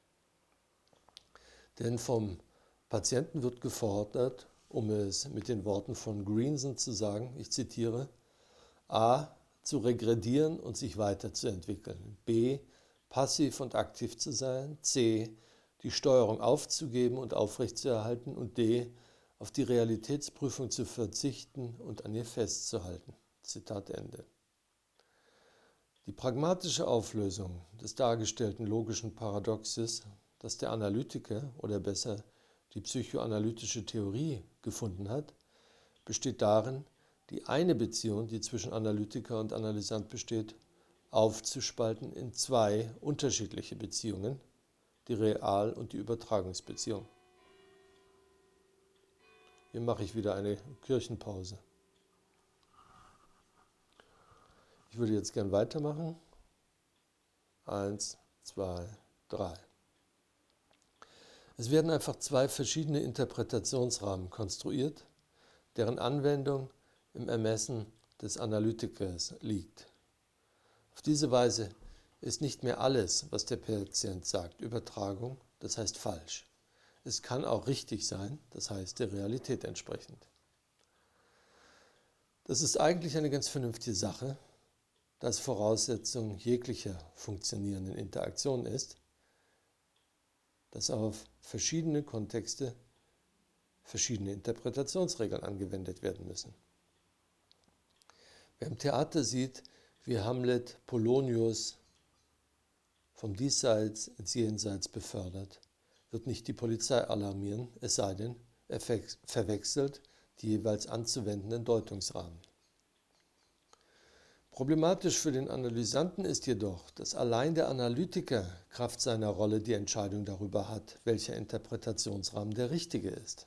Denn vom Patienten wird gefordert, um es mit den Worten von Greenson zu sagen, ich zitiere, a. zu regredieren und sich weiterzuentwickeln, b. passiv und aktiv zu sein, c. die Steuerung aufzugeben und aufrechtzuerhalten und d. auf die Realitätsprüfung zu verzichten und an ihr festzuhalten. Zitat Ende. Die pragmatische Auflösung des dargestellten logischen Paradoxes, das der Analytiker oder besser die psychoanalytische Theorie gefunden hat, besteht darin, die eine Beziehung, die zwischen Analytiker und Analysant besteht, aufzuspalten in zwei unterschiedliche Beziehungen, die Real- und die Übertragungsbeziehung. Hier mache ich wieder eine Kirchenpause. Ich würde jetzt gern weitermachen. 1, 2, 3. Es werden einfach zwei verschiedene Interpretationsrahmen konstruiert, deren Anwendung im Ermessen des Analytikers liegt. Auf diese Weise ist nicht mehr alles, was der Patient sagt, Übertragung, das heißt falsch. Es kann auch richtig sein, das heißt der Realität entsprechend. Das ist eigentlich eine ganz vernünftige Sache, da es Voraussetzung jeglicher funktionierenden Interaktion ist, dass auf verschiedene Kontexte verschiedene Interpretationsregeln angewendet werden müssen. Wer im Theater sieht, wie Hamlet Polonius vom Diesseits ins Jenseits befördert, wird nicht die Polizei alarmieren, es sei denn, er verwechselt die jeweils anzuwendenden Deutungsrahmen. Problematisch für den Analysanten ist jedoch, dass allein der Analytiker Kraft seiner Rolle die Entscheidung darüber hat, welcher Interpretationsrahmen der richtige ist.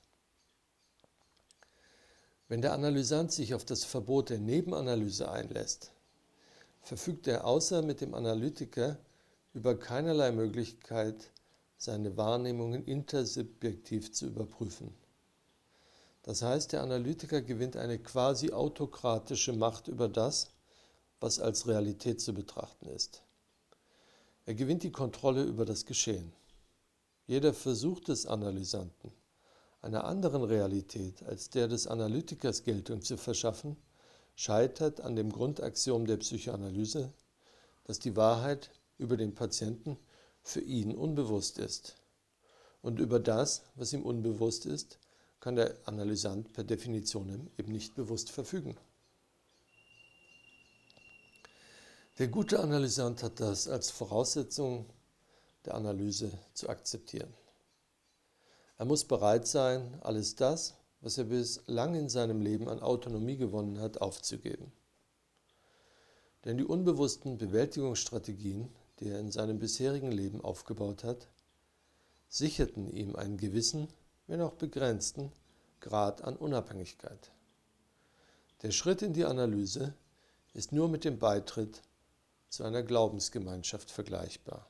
Wenn der Analysant sich auf das Verbot der Nebenanalyse einlässt, verfügt er außer mit dem Analytiker über keinerlei Möglichkeit, seine Wahrnehmungen intersubjektiv zu überprüfen. Das heißt, der Analytiker gewinnt eine quasi autokratische Macht über das, was als Realität zu betrachten ist. Er gewinnt die Kontrolle über das Geschehen. Jeder Versuch des Analysanten, einer anderen Realität als der des Analytikers Geltung zu verschaffen, scheitert an dem Grundaxiom der Psychoanalyse, dass die Wahrheit über den Patienten für ihn unbewusst ist. Und über das, was ihm unbewusst ist, kann der Analysant per Definition eben nicht bewusst verfügen. Der gute Analysant hat das als Voraussetzung der Analyse zu akzeptieren. Er muss bereit sein, alles das, was er bislang in seinem Leben an Autonomie gewonnen hat, aufzugeben. Denn die unbewussten Bewältigungsstrategien, die er in seinem bisherigen Leben aufgebaut hat, sicherten ihm einen gewissen, wenn auch begrenzten, Grad an Unabhängigkeit. Der Schritt in die Analyse ist nur mit dem Beitritt zu einer Glaubensgemeinschaft vergleichbar.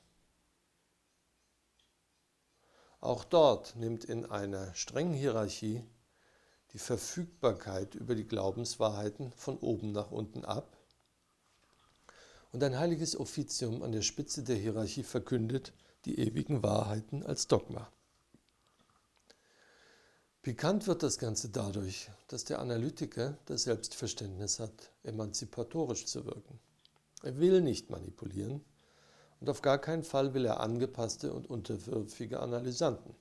Auch dort nimmt in einer strengen Hierarchie die Verfügbarkeit über die Glaubenswahrheiten von oben nach unten ab und ein heiliges Offizium an der Spitze der Hierarchie verkündet die ewigen Wahrheiten als Dogma. Pikant wird das Ganze dadurch, dass der Analytiker das Selbstverständnis hat, emanzipatorisch zu wirken. Er will nicht manipulieren und auf gar keinen Fall will er angepasste und unterwürfige Analysanten.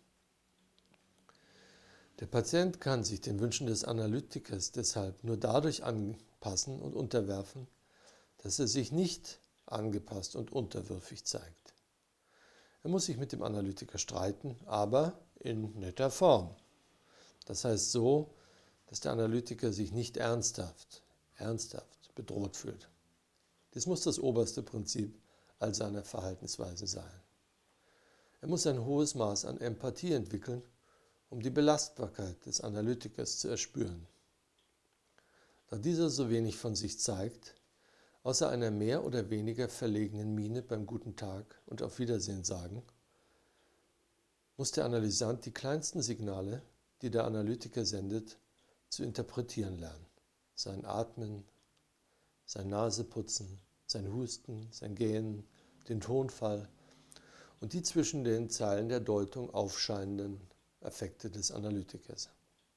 Der Patient kann sich den Wünschen des Analytikers deshalb nur dadurch anpassen und unterwerfen, dass er sich nicht angepasst und unterwürfig zeigt. Er muss sich mit dem Analytiker streiten, aber in netter Form. Das heißt so, dass der Analytiker sich nicht ernsthaft bedroht fühlt. Dies muss das oberste Prinzip all seiner Verhaltensweisen sein. Er muss ein hohes Maß an Empathie entwickeln, um die Belastbarkeit des Analytikers zu erspüren. Da dieser so wenig von sich zeigt, außer einer mehr oder weniger verlegenen Miene beim Guten Tag und Auf Wiedersehen sagen, muss der Analysant die kleinsten Signale, die der Analytiker sendet, zu interpretieren lernen. Sein Atmen, sein Naseputzen, sein Husten, sein Gähnen, den Tonfall und die zwischen den Zeilen der Deutung aufscheinenden Affekte des Analytikers.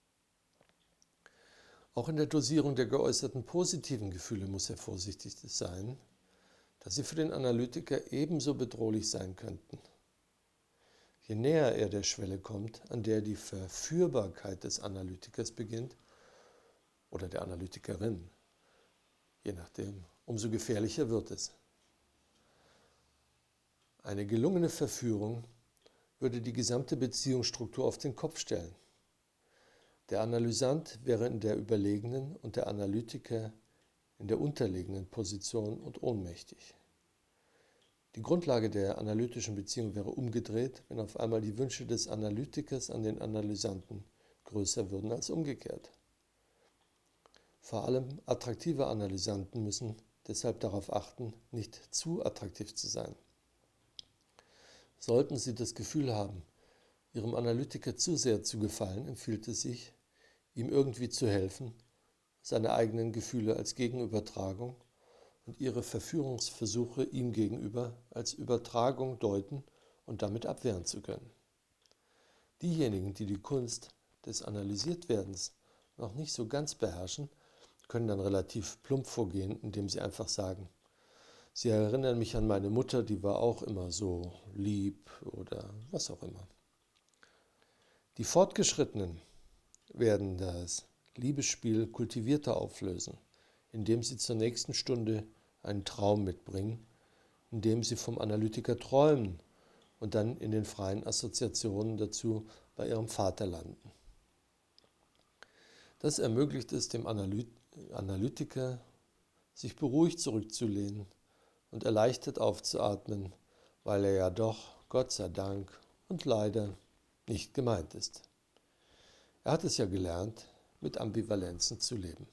Auch in der Dosierung der geäußerten positiven Gefühle muss er vorsichtig sein, da sie für den Analytiker ebenso bedrohlich sein könnten. Je näher er der Schwelle kommt, an der die Verführbarkeit des Analytikers beginnt, oder der Analytikerin, je nachdem, umso gefährlicher wird es. Eine gelungene Verführung würde die gesamte Beziehungsstruktur auf den Kopf stellen. Der Analysant wäre in der überlegenen und der Analytiker in der unterlegenen Position und ohnmächtig. Die Grundlage der analytischen Beziehung wäre umgedreht, wenn auf einmal die Wünsche des Analytikers an den Analysanten größer würden als umgekehrt. Vor allem attraktive Analysanten müssen deshalb darauf achten, nicht zu attraktiv zu sein. Sollten Sie das Gefühl haben, Ihrem Analytiker zu sehr zu gefallen, empfiehlt es sich, ihm irgendwie zu helfen, seine eigenen Gefühle als Gegenübertragung und Ihre Verführungsversuche ihm gegenüber als Übertragung deuten und damit abwehren zu können. Diejenigen, die die Kunst des Analysiertwerdens noch nicht so ganz beherrschen, können dann relativ plump vorgehen, indem sie einfach sagen, Sie erinnern mich an meine Mutter, die war auch immer so lieb oder was auch immer. Die Fortgeschrittenen werden das Liebesspiel kultivierter auflösen, indem sie zur nächsten Stunde einen Traum mitbringen, indem sie vom Analytiker träumen und dann in den freien Assoziationen dazu bei ihrem Vater landen. Das ermöglicht es dem Analytiker, sich beruhigt zurückzulehnen und erleichtert aufzuatmen, weil er ja doch, Gott sei Dank und leider, nicht gemeint ist. Er hat es ja gelernt, mit Ambivalenzen zu leben.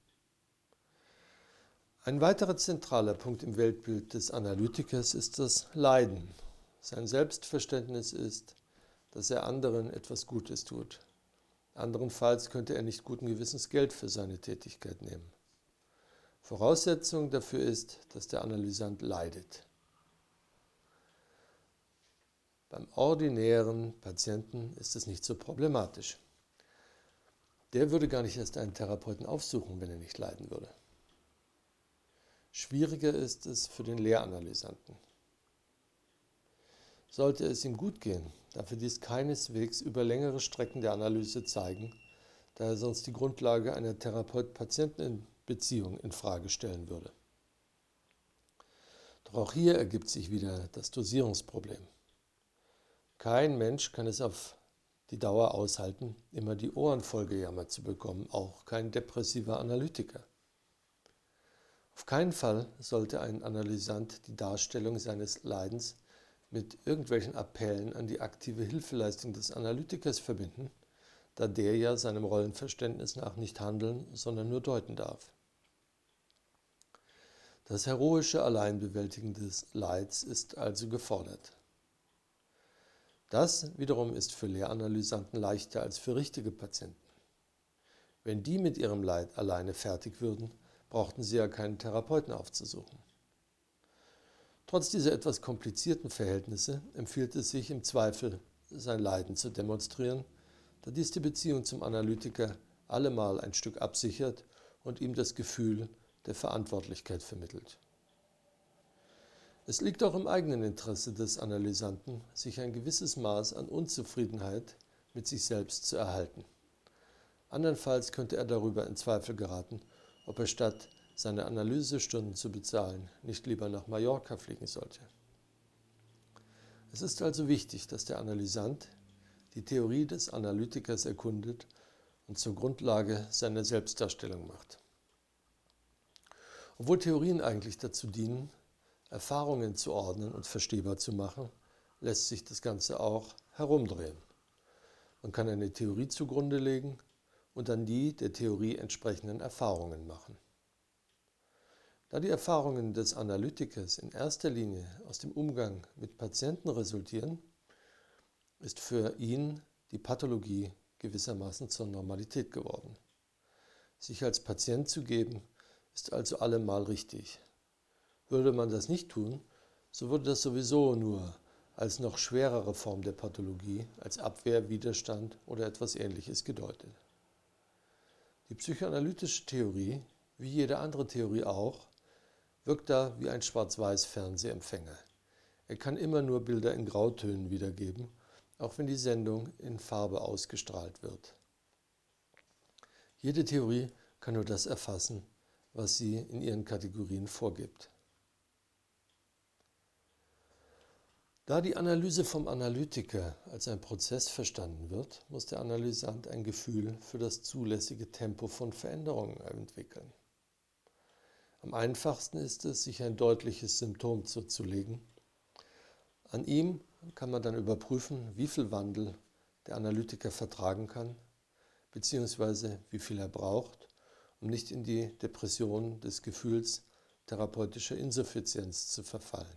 Ein weiterer zentraler Punkt im Weltbild des Analytikers ist das Leiden. Sein Selbstverständnis ist, dass er anderen etwas Gutes tut. Anderenfalls könnte er nicht guten Gewissens Geld für seine Tätigkeit nehmen. Voraussetzung dafür ist, dass der Analysant leidet. Beim ordinären Patienten ist es nicht so problematisch. Der würde gar nicht erst einen Therapeuten aufsuchen, wenn er nicht leiden würde. Schwieriger ist es für den Lehranalysanten. Sollte es ihm gut gehen, darf er dies keineswegs über längere Strecken der Analyse zeigen, da er sonst die Grundlage einer Therapeut-Patienten-Beziehung in Frage stellen würde. Doch auch hier ergibt sich wieder das Dosierungsproblem. Kein Mensch kann es auf die Dauer aushalten, immer die Ohren vollgejammert zu bekommen, auch kein depressiver Analytiker. Auf keinen Fall sollte ein Analysant die Darstellung seines Leidens mit irgendwelchen Appellen an die aktive Hilfeleistung des Analytikers verbinden, da der ja seinem Rollenverständnis nach nicht handeln, sondern nur deuten darf. Das heroische Alleinbewältigen des Leids ist also gefordert. Das wiederum ist für Lehranalysanten leichter als für richtige Patienten. Wenn die mit ihrem Leid alleine fertig würden, brauchten sie ja keinen Therapeuten aufzusuchen. Trotz dieser etwas komplizierten Verhältnisse empfiehlt es sich im Zweifel, sein Leiden zu demonstrieren, da dies die Beziehung zum Analytiker allemal ein Stück absichert und ihm das Gefühl der Verantwortlichkeit vermittelt. Es liegt auch im eigenen Interesse des Analysanten, sich ein gewisses Maß an Unzufriedenheit mit sich selbst zu erhalten. Andernfalls könnte er darüber in Zweifel geraten, ob er statt seine Analysestunden zu bezahlen, nicht lieber nach Mallorca fliegen sollte. Es ist also wichtig, dass der Analysant die Theorie des Analytikers erkundet und zur Grundlage seiner Selbstdarstellung macht. Obwohl Theorien eigentlich dazu dienen, Erfahrungen zu ordnen und verstehbar zu machen, lässt sich das Ganze auch herumdrehen. Man kann eine Theorie zugrunde legen und dann die der Theorie entsprechenden Erfahrungen machen. Da die Erfahrungen des Analytikers in erster Linie aus dem Umgang mit Patienten resultieren, ist für ihn die Pathologie gewissermaßen zur Normalität geworden. Sich als Patient zu geben, ist also allemal richtig. Würde man das nicht tun, so würde das sowieso nur als noch schwerere Form der Pathologie, als Abwehr, Widerstand oder etwas Ähnliches gedeutet. Die psychoanalytische Theorie, wie jede andere Theorie auch, wirkt da wie ein Schwarz-Weiß-Fernsehempfänger. Er kann immer nur Bilder in Grautönen wiedergeben, auch wenn die Sendung in Farbe ausgestrahlt wird. Jede Theorie kann nur das erfassen, was sie in ihren Kategorien vorgibt. Da die Analyse vom Analytiker als ein Prozess verstanden wird, muss der Analysant ein Gefühl für das zulässige Tempo von Veränderungen entwickeln. Am einfachsten ist es, sich ein deutliches Symptom zuzulegen. An ihm kann man dann überprüfen, wie viel Wandel der Analytiker vertragen kann, beziehungsweise wie viel er braucht, um nicht in die Depression des Gefühls therapeutischer Insuffizienz zu verfallen.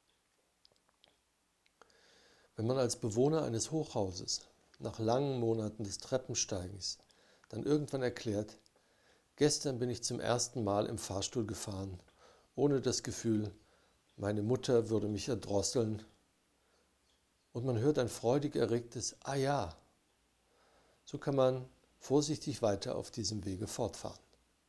Wenn man als Bewohner eines Hochhauses nach langen Monaten des Treppensteigens dann irgendwann erklärt, gestern bin ich zum ersten Mal im Fahrstuhl gefahren, ohne das Gefühl, meine Mutter würde mich erdrosseln, und man hört ein freudig erregtes Ah ja, so kann man vorsichtig weiter auf diesem Wege fortfahren.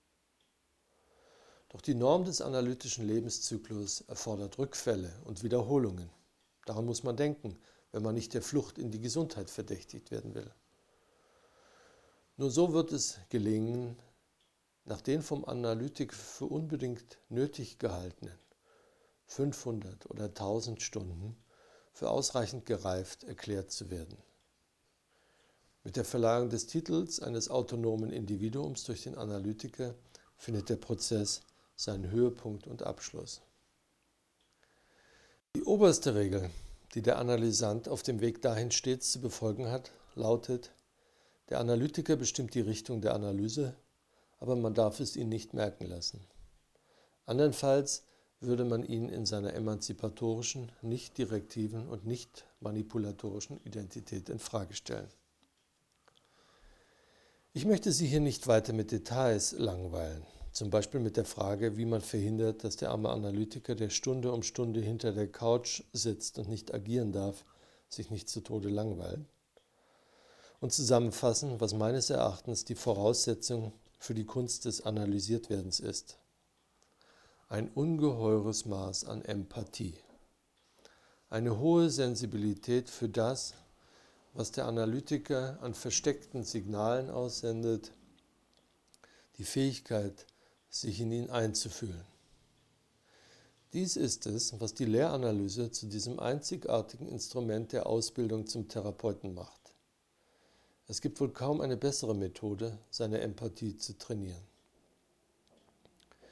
Doch die Norm des analytischen Lebenszyklus erfordert Rückfälle und Wiederholungen. Daran muss man denken, wenn man nicht der Flucht in die Gesundheit verdächtigt werden will. Nur so wird es gelingen, nach den vom Analytik für unbedingt nötig gehaltenen 500 oder 1000 Stunden für ausreichend gereift erklärt zu werden. Mit der Verleihung des Titels eines autonomen Individuums durch den Analytiker findet der Prozess seinen Höhepunkt und Abschluss. Die oberste Regel, die der Analysant auf dem Weg dahin stets zu befolgen hat, lautet: Der Analytiker bestimmt die Richtung der Analyse, aber man darf es ihn nicht merken lassen. Andernfalls würde man ihn in seiner emanzipatorischen, nicht direktiven und nicht manipulatorischen Identität infrage stellen. Ich möchte Sie hier nicht weiter mit Details langweilen, zum Beispiel mit der Frage, wie man verhindert, dass der arme Analytiker, der Stunde um Stunde hinter der Couch sitzt und nicht agieren darf, sich nicht zu Tode langweilt. Und zusammenfassen, was meines Erachtens die Voraussetzung für die Kunst des Analysiertwerdens ist. Ein ungeheures Maß an Empathie. Eine hohe Sensibilität für das, was der Analytiker an versteckten Signalen aussendet, die Fähigkeit, sich in ihn einzufühlen. Dies ist es, was die Lehranalyse zu diesem einzigartigen Instrument der Ausbildung zum Therapeuten macht. Es gibt wohl kaum eine bessere Methode, seine Empathie zu trainieren.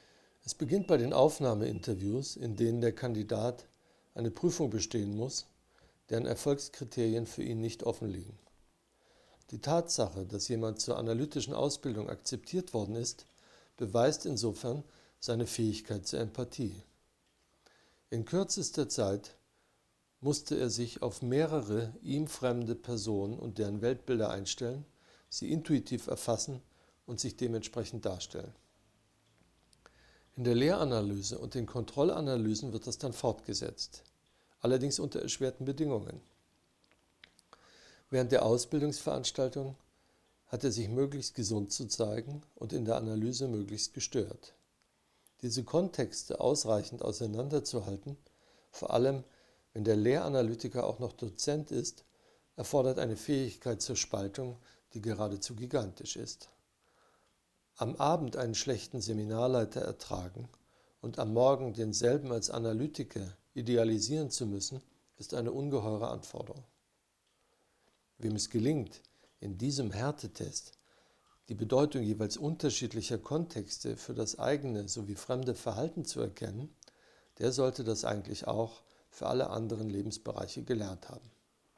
Es beginnt bei den Aufnahmeinterviews, in denen der Kandidat eine Prüfung bestehen muss, deren Erfolgskriterien für ihn nicht offen liegen. Die Tatsache, dass jemand zur analytischen Ausbildung akzeptiert worden ist, beweist insofern seine Fähigkeit zur Empathie. In kürzester Zeit musste er sich auf mehrere ihm fremde Personen und deren Weltbilder einstellen, sie intuitiv erfassen und sich dementsprechend darstellen. In der Lehranalyse und den Kontrollanalysen wird das dann fortgesetzt, allerdings unter erschwerten Bedingungen. Während der Ausbildungsveranstaltung hat er sich möglichst gesund zu zeigen und in der Analyse möglichst gestört. Diese Kontexte ausreichend auseinanderzuhalten, vor allem wenn der Lehranalytiker auch noch Dozent ist, erfordert eine Fähigkeit zur Spaltung, die geradezu gigantisch ist. Am Abend einen schlechten Seminarleiter ertragen und am Morgen denselben als Analytiker idealisieren zu müssen, ist eine ungeheure Anforderung. Wem es gelingt, in diesem Härtetest die Bedeutung jeweils unterschiedlicher Kontexte für das eigene sowie fremde Verhalten zu erkennen, der sollte das eigentlich auch für alle anderen Lebensbereiche gelernt haben.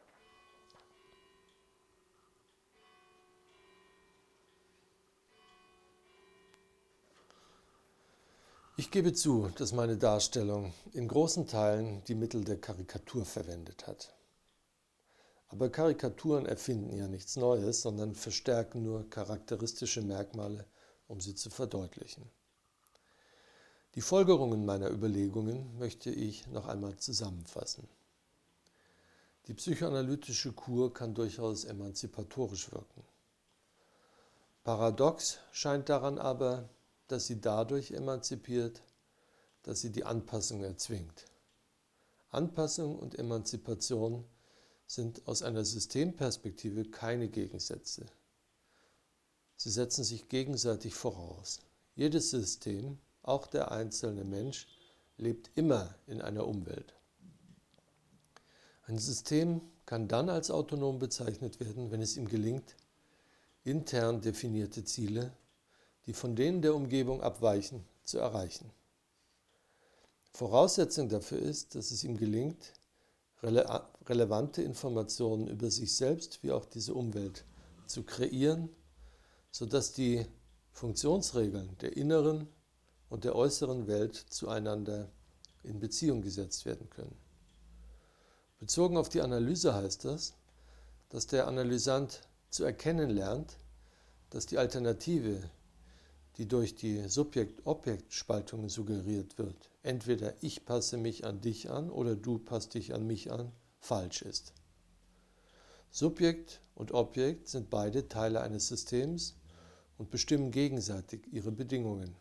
Ich gebe zu, dass meine Darstellung in großen Teilen die Mittel der Karikatur verwendet hat. Aber Karikaturen erfinden ja nichts Neues, sondern verstärken nur charakteristische Merkmale, um sie zu verdeutlichen. Die Folgerungen meiner Überlegungen möchte ich noch einmal zusammenfassen. Die psychoanalytische Kur kann durchaus emanzipatorisch wirken. Paradox scheint daran aber, dass sie dadurch emanzipiert, dass sie die Anpassung erzwingt. Anpassung und Emanzipation sind aus einer Systemperspektive keine Gegensätze. Sie setzen sich gegenseitig voraus. Jedes System, auch der einzelne Mensch, lebt immer in einer Umwelt. Ein System kann dann als autonom bezeichnet werden, wenn es ihm gelingt, intern definierte Ziele, die von denen der Umgebung abweichen, zu erreichen. Voraussetzung dafür ist, dass es ihm gelingt, relevante Informationen über sich selbst wie auch diese Umwelt zu kreieren, sodass die Funktionsregeln der inneren und der äußeren Welt zueinander in Beziehung gesetzt werden können. Bezogen auf die Analyse heißt das, dass der Analysant zu erkennen lernt, dass die Alternative, die durch die Subjekt-Objekt-Spaltungen suggeriert wird, entweder ich passe mich an dich an oder du passt dich an mich an, falsch ist. Subjekt und Objekt sind beide Teile eines Systems und bestimmen gegenseitig ihre Bedingungen.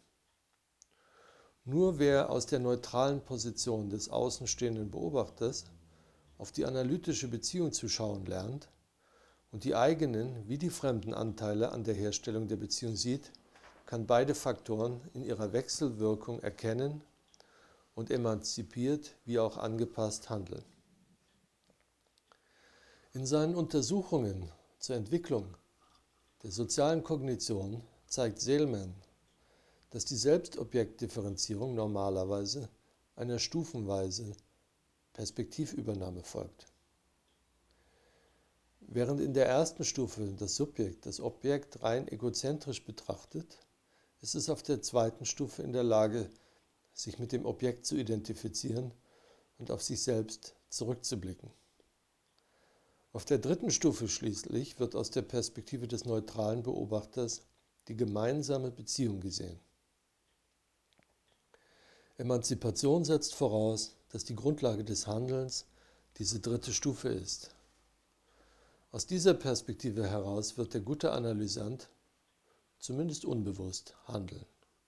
Nur wer aus der neutralen Position des außenstehenden Beobachters auf die analytische Beziehung zu schauen lernt und die eigenen wie die fremden Anteile an der Herstellung der Beziehung sieht, kann beide Faktoren in ihrer Wechselwirkung erkennen und emanzipiert wie auch angepasst handeln. In seinen Untersuchungen zur Entwicklung der sozialen Kognition zeigt Sailman, dass die Selbstobjektdifferenzierung normalerweise einer stufenweise Perspektivübernahme folgt. Während in der ersten Stufe das Subjekt das Objekt rein egozentrisch betrachtet, ist es auf der zweiten Stufe in der Lage, sich mit dem Objekt zu identifizieren und auf sich selbst zurückzublicken. Auf der dritten Stufe schließlich wird aus der Perspektive des neutralen Beobachters die gemeinsame Beziehung gesehen. Emanzipation setzt voraus, dass die Grundlage des Handelns diese dritte Stufe ist. Aus dieser Perspektive heraus wird der gute Analysant zumindest unbewusst handeln.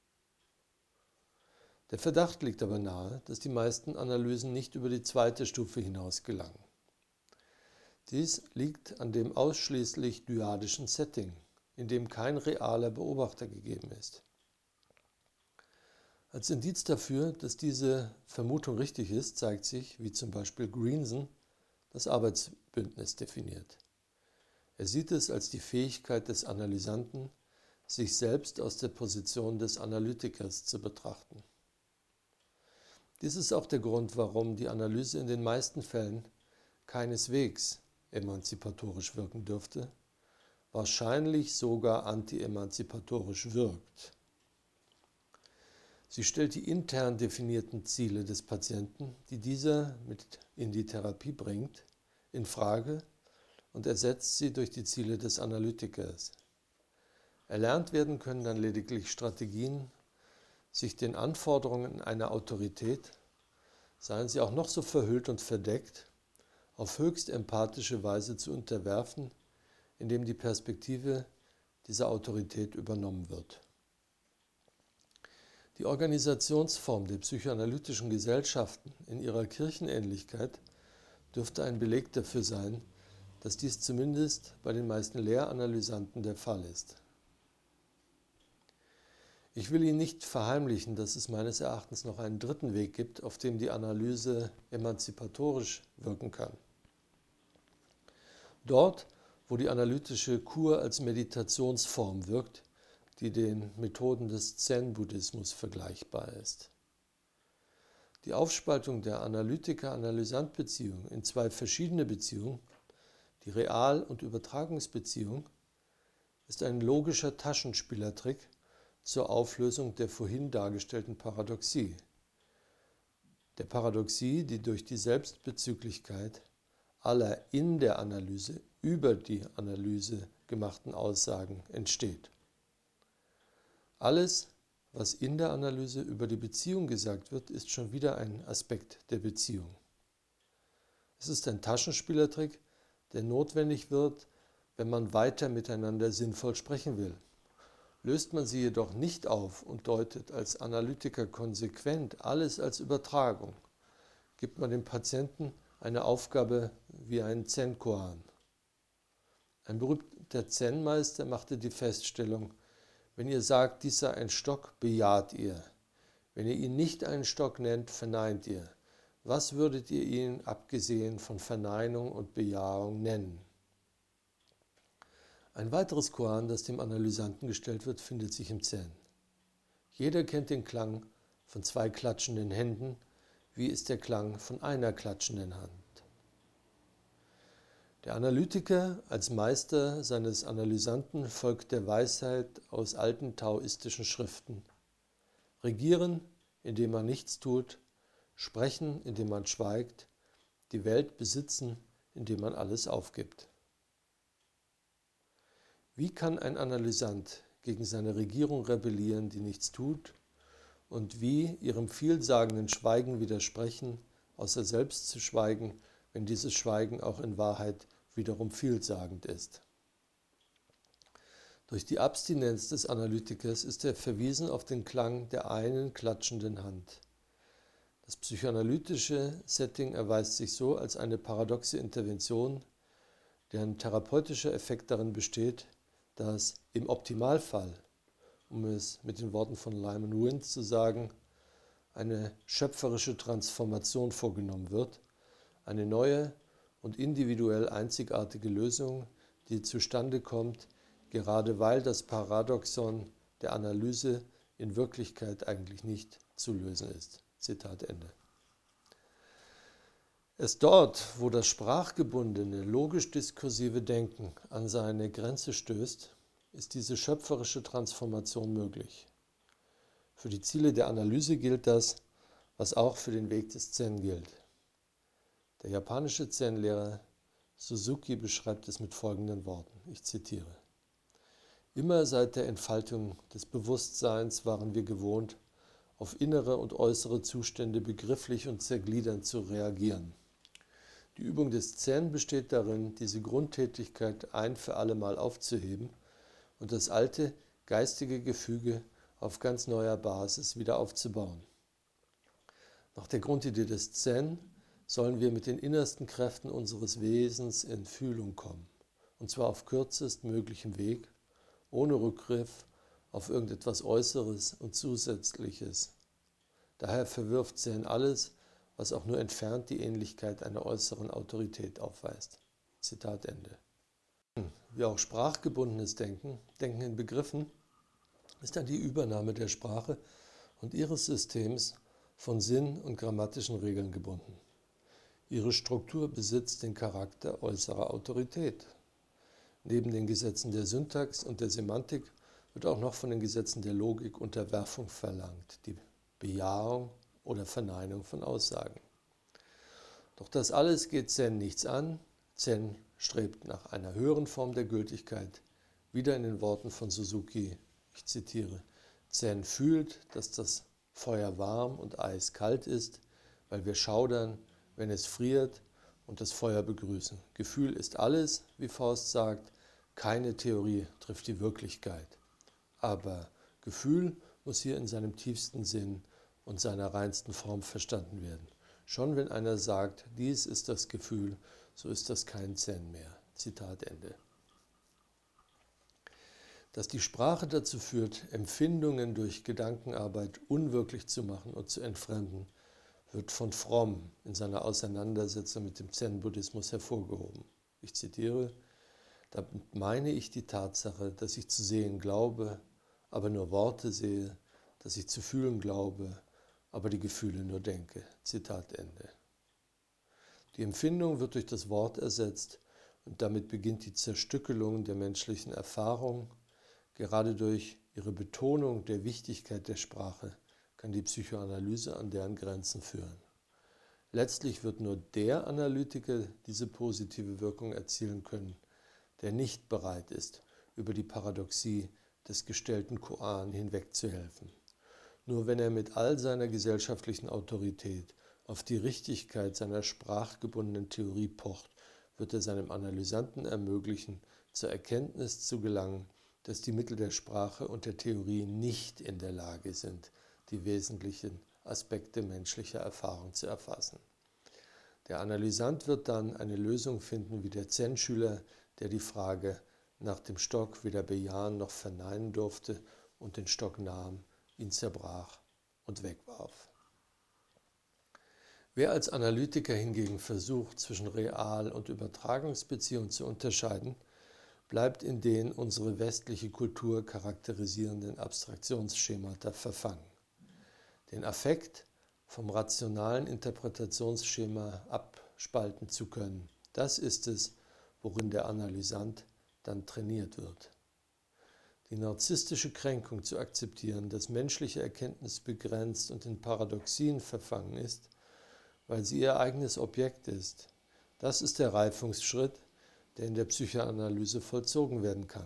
Der Verdacht liegt aber nahe, dass die meisten Analysen nicht über die zweite Stufe hinaus gelangen. Dies liegt an dem ausschließlich dyadischen Setting, in dem kein realer Beobachter gegeben ist. Als Indiz dafür, dass diese Vermutung richtig ist, zeigt sich, wie zum Beispiel Greenson das Arbeitsbündnis definiert. Er sieht es als die Fähigkeit des Analysanten, sich selbst aus der Position des Analytikers zu betrachten. Dies ist auch der Grund, warum die Analyse in den meisten Fällen keineswegs emanzipatorisch wirken dürfte, wahrscheinlich sogar anti-emanzipatorisch wirkt. Sie stellt die intern definierten Ziele des Patienten, die dieser mit in die Therapie bringt, in Frage und ersetzt sie durch die Ziele des Analytikers. Erlernt werden können dann lediglich Strategien, sich den Anforderungen einer Autorität, seien sie auch noch so verhüllt und verdeckt, auf höchst empathische Weise zu unterwerfen, indem die Perspektive dieser Autorität übernommen wird. Die Organisationsform der psychoanalytischen Gesellschaften in ihrer Kirchenähnlichkeit dürfte ein Beleg dafür sein, dass dies zumindest bei den meisten Lehranalysanten der Fall ist. Ich will Ihnen nicht verheimlichen, dass es meines Erachtens noch einen dritten Weg gibt, auf dem die Analyse emanzipatorisch wirken kann. Dort, wo die analytische Kur als Meditationsform wirkt, die den Methoden des Zen-Buddhismus vergleichbar ist. Die Aufspaltung der Analytiker-Analysant-Beziehung in zwei verschiedene Beziehungen, die Real- und Übertragungsbeziehung, ist ein logischer Taschenspielertrick zur Auflösung der vorhin dargestellten Paradoxie. Der Paradoxie, die durch die Selbstbezüglichkeit aller in der Analyse über die Analyse gemachten Aussagen entsteht. Alles, was in der Analyse über die Beziehung gesagt wird, ist schon wieder ein Aspekt der Beziehung. Es ist ein Taschenspielertrick, der notwendig wird, wenn man weiter miteinander sinnvoll sprechen will. Löst man sie jedoch nicht auf und deutet als Analytiker konsequent alles als Übertragung, gibt man dem Patienten eine Aufgabe wie einen Zen-Koan. Ein berühmter Zen-Meister machte die Feststellung: Wenn ihr sagt, dies sei ein Stock, bejaht ihr. Wenn ihr ihn nicht einen Stock nennt, verneint ihr. Was würdet ihr ihn, abgesehen von Verneinung und Bejahung, nennen? Ein weiteres Koan, das dem Analysanten gestellt wird, findet sich im Zen. Jeder kennt den Klang von zwei klatschenden Händen. Wie ist der Klang von einer klatschenden Hand? Der Analytiker als Meister seines Analysanten folgt der Weisheit aus alten taoistischen Schriften. Regieren, indem man nichts tut, sprechen, indem man schweigt, die Welt besitzen, indem man alles aufgibt. Wie kann ein Analysant gegen seine Regierung rebellieren, die nichts tut, und wie ihrem vielsagenden Schweigen widersprechen, außer selbst zu schweigen, wenn dieses Schweigen auch in Wahrheit wiederum vielsagend ist? Durch die Abstinenz des Analytikers ist er verwiesen auf den Klang der einen klatschenden Hand. Das psychoanalytische Setting erweist sich so als eine paradoxe Intervention, deren therapeutischer Effekt darin besteht, dass im Optimalfall, um es mit den Worten von Lyman Wynne zu sagen, eine schöpferische Transformation vorgenommen wird, eine neue und individuell einzigartige Lösung, die zustande kommt, gerade weil das Paradoxon der Analyse in Wirklichkeit eigentlich nicht zu lösen ist. Zitat Ende. Erst dort, wo das sprachgebundene, logisch-diskursive Denken an seine Grenze stößt, ist diese schöpferische Transformation möglich. Für die Ziele der Analyse gilt das, was auch für den Weg des Zen gilt. Der japanische Zen-Lehrer Suzuki beschreibt es mit folgenden Worten, ich zitiere: Immer seit der Entfaltung des Bewusstseins waren wir gewohnt, auf innere und äußere Zustände begrifflich und zergliedernd zu reagieren. Die Übung des Zen besteht darin, diese Grundtätigkeit ein für alle Mal aufzuheben und das alte geistige Gefüge auf ganz neuer Basis wieder aufzubauen. Nach der Grundidee des Zen sollen wir mit den innersten Kräften unseres Wesens in Fühlung kommen, und zwar auf kürzestmöglichem Weg, ohne Rückgriff auf irgendetwas Äußeres und Zusätzliches. Daher verwirft Zen alles, was auch nur entfernt die Ähnlichkeit einer äußeren Autorität aufweist. Zitat Ende. Wie auch sprachgebundenes Denken, Denken in Begriffen, ist dann die Übernahme der Sprache und ihres Systems von Sinn und grammatischen Regeln gebunden. Ihre Struktur besitzt den Charakter äußerer Autorität. Neben den Gesetzen der Syntax und der Semantik wird auch noch von den Gesetzen der Logik Unterwerfung verlangt, die Bejahung oder Verneinung von Aussagen. Doch das alles geht Zen nichts an. Zen strebt nach einer höheren Form der Gültigkeit. Wieder in den Worten von Suzuki, ich zitiere, Zen fühlt, dass das Feuer warm und Eis kalt ist, weil wir schaudern, wenn es friert und das Feuer begrüßen. Gefühl ist alles, wie Faust sagt, keine Theorie trifft die Wirklichkeit. Aber Gefühl muss hier in seinem tiefsten Sinn und seiner reinsten Form verstanden werden. Schon wenn einer sagt, dies ist das Gefühl, so ist das kein Zen mehr. Zitat Ende. Dass die Sprache dazu führt, Empfindungen durch Gedankenarbeit unwirklich zu machen und zu entfremden, wird von Fromm in seiner Auseinandersetzung mit dem Zen-Buddhismus hervorgehoben. Ich zitiere, damit meine ich die Tatsache, dass ich zu sehen glaube, aber nur Worte sehe, dass ich zu fühlen glaube, aber die Gefühle nur denke. Zitat Ende. Die Empfindung wird durch das Wort ersetzt und damit beginnt die Zerstückelung der menschlichen Erfahrung. Gerade durch ihre Betonung der Wichtigkeit der Sprache kann die Psychoanalyse an deren Grenzen führen. Letztlich wird nur der Analytiker diese positive Wirkung erzielen können, der nicht bereit ist, über die Paradoxie des gestellten Koan hinwegzuhelfen. Nur wenn er mit all seiner gesellschaftlichen Autorität auf die Richtigkeit seiner sprachgebundenen Theorie pocht, wird er seinem Analysanten ermöglichen, zur Erkenntnis zu gelangen, dass die Mittel der Sprache und der Theorie nicht in der Lage sind, die wesentlichen Aspekte menschlicher Erfahrung zu erfassen. Der Analysant wird dann eine Lösung finden wie der Zen-Schüler, der die Frage nach dem Stock weder bejahen noch verneinen durfte und den Stock nahm, ihn zerbrach und wegwarf. Wer als Analytiker hingegen versucht, zwischen Real- und Übertragungsbeziehungen zu unterscheiden, bleibt in den unsere westliche Kultur charakterisierenden Abstraktionsschemata verfangen. Den Affekt vom rationalen Interpretationsschema abspalten zu können, das ist es, worin der Analysant dann trainiert wird. Die narzisstische Kränkung zu akzeptieren, dass menschliche Erkenntnis begrenzt und in Paradoxien verfangen ist, weil sie ihr eigenes Objekt ist, das ist der Reifungsschritt, der in der Psychoanalyse vollzogen werden kann.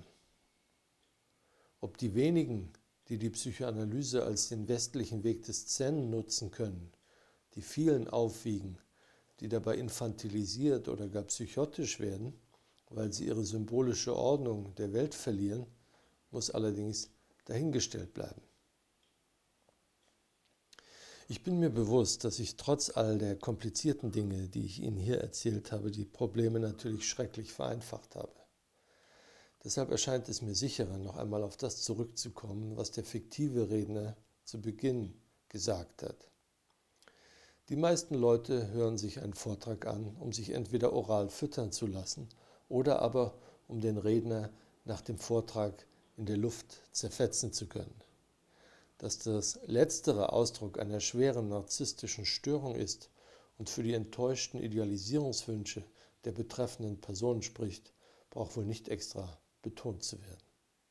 Ob die wenigen, die die Psychoanalyse als den westlichen Weg des Zen nutzen können, die vielen aufwiegen, die dabei infantilisiert oder gar psychotisch werden, weil sie ihre symbolische Ordnung der Welt verlieren, muss allerdings dahingestellt bleiben. Ich bin mir bewusst, dass ich trotz all der komplizierten Dinge, die ich Ihnen hier erzählt habe, die Probleme natürlich schrecklich vereinfacht habe. Deshalb erscheint es mir sicherer, noch einmal auf das zurückzukommen, was der fiktive Redner zu Beginn gesagt hat. Die meisten Leute hören sich einen Vortrag an, um sich entweder oral füttern zu lassen oder aber um den Redner nach dem Vortrag in der Luft zerfetzen zu können. Dass das letztere Ausdruck einer schweren narzisstischen Störung ist und für die enttäuschten Idealisierungswünsche der betreffenden Person spricht, braucht wohl nicht extra betont zu werden.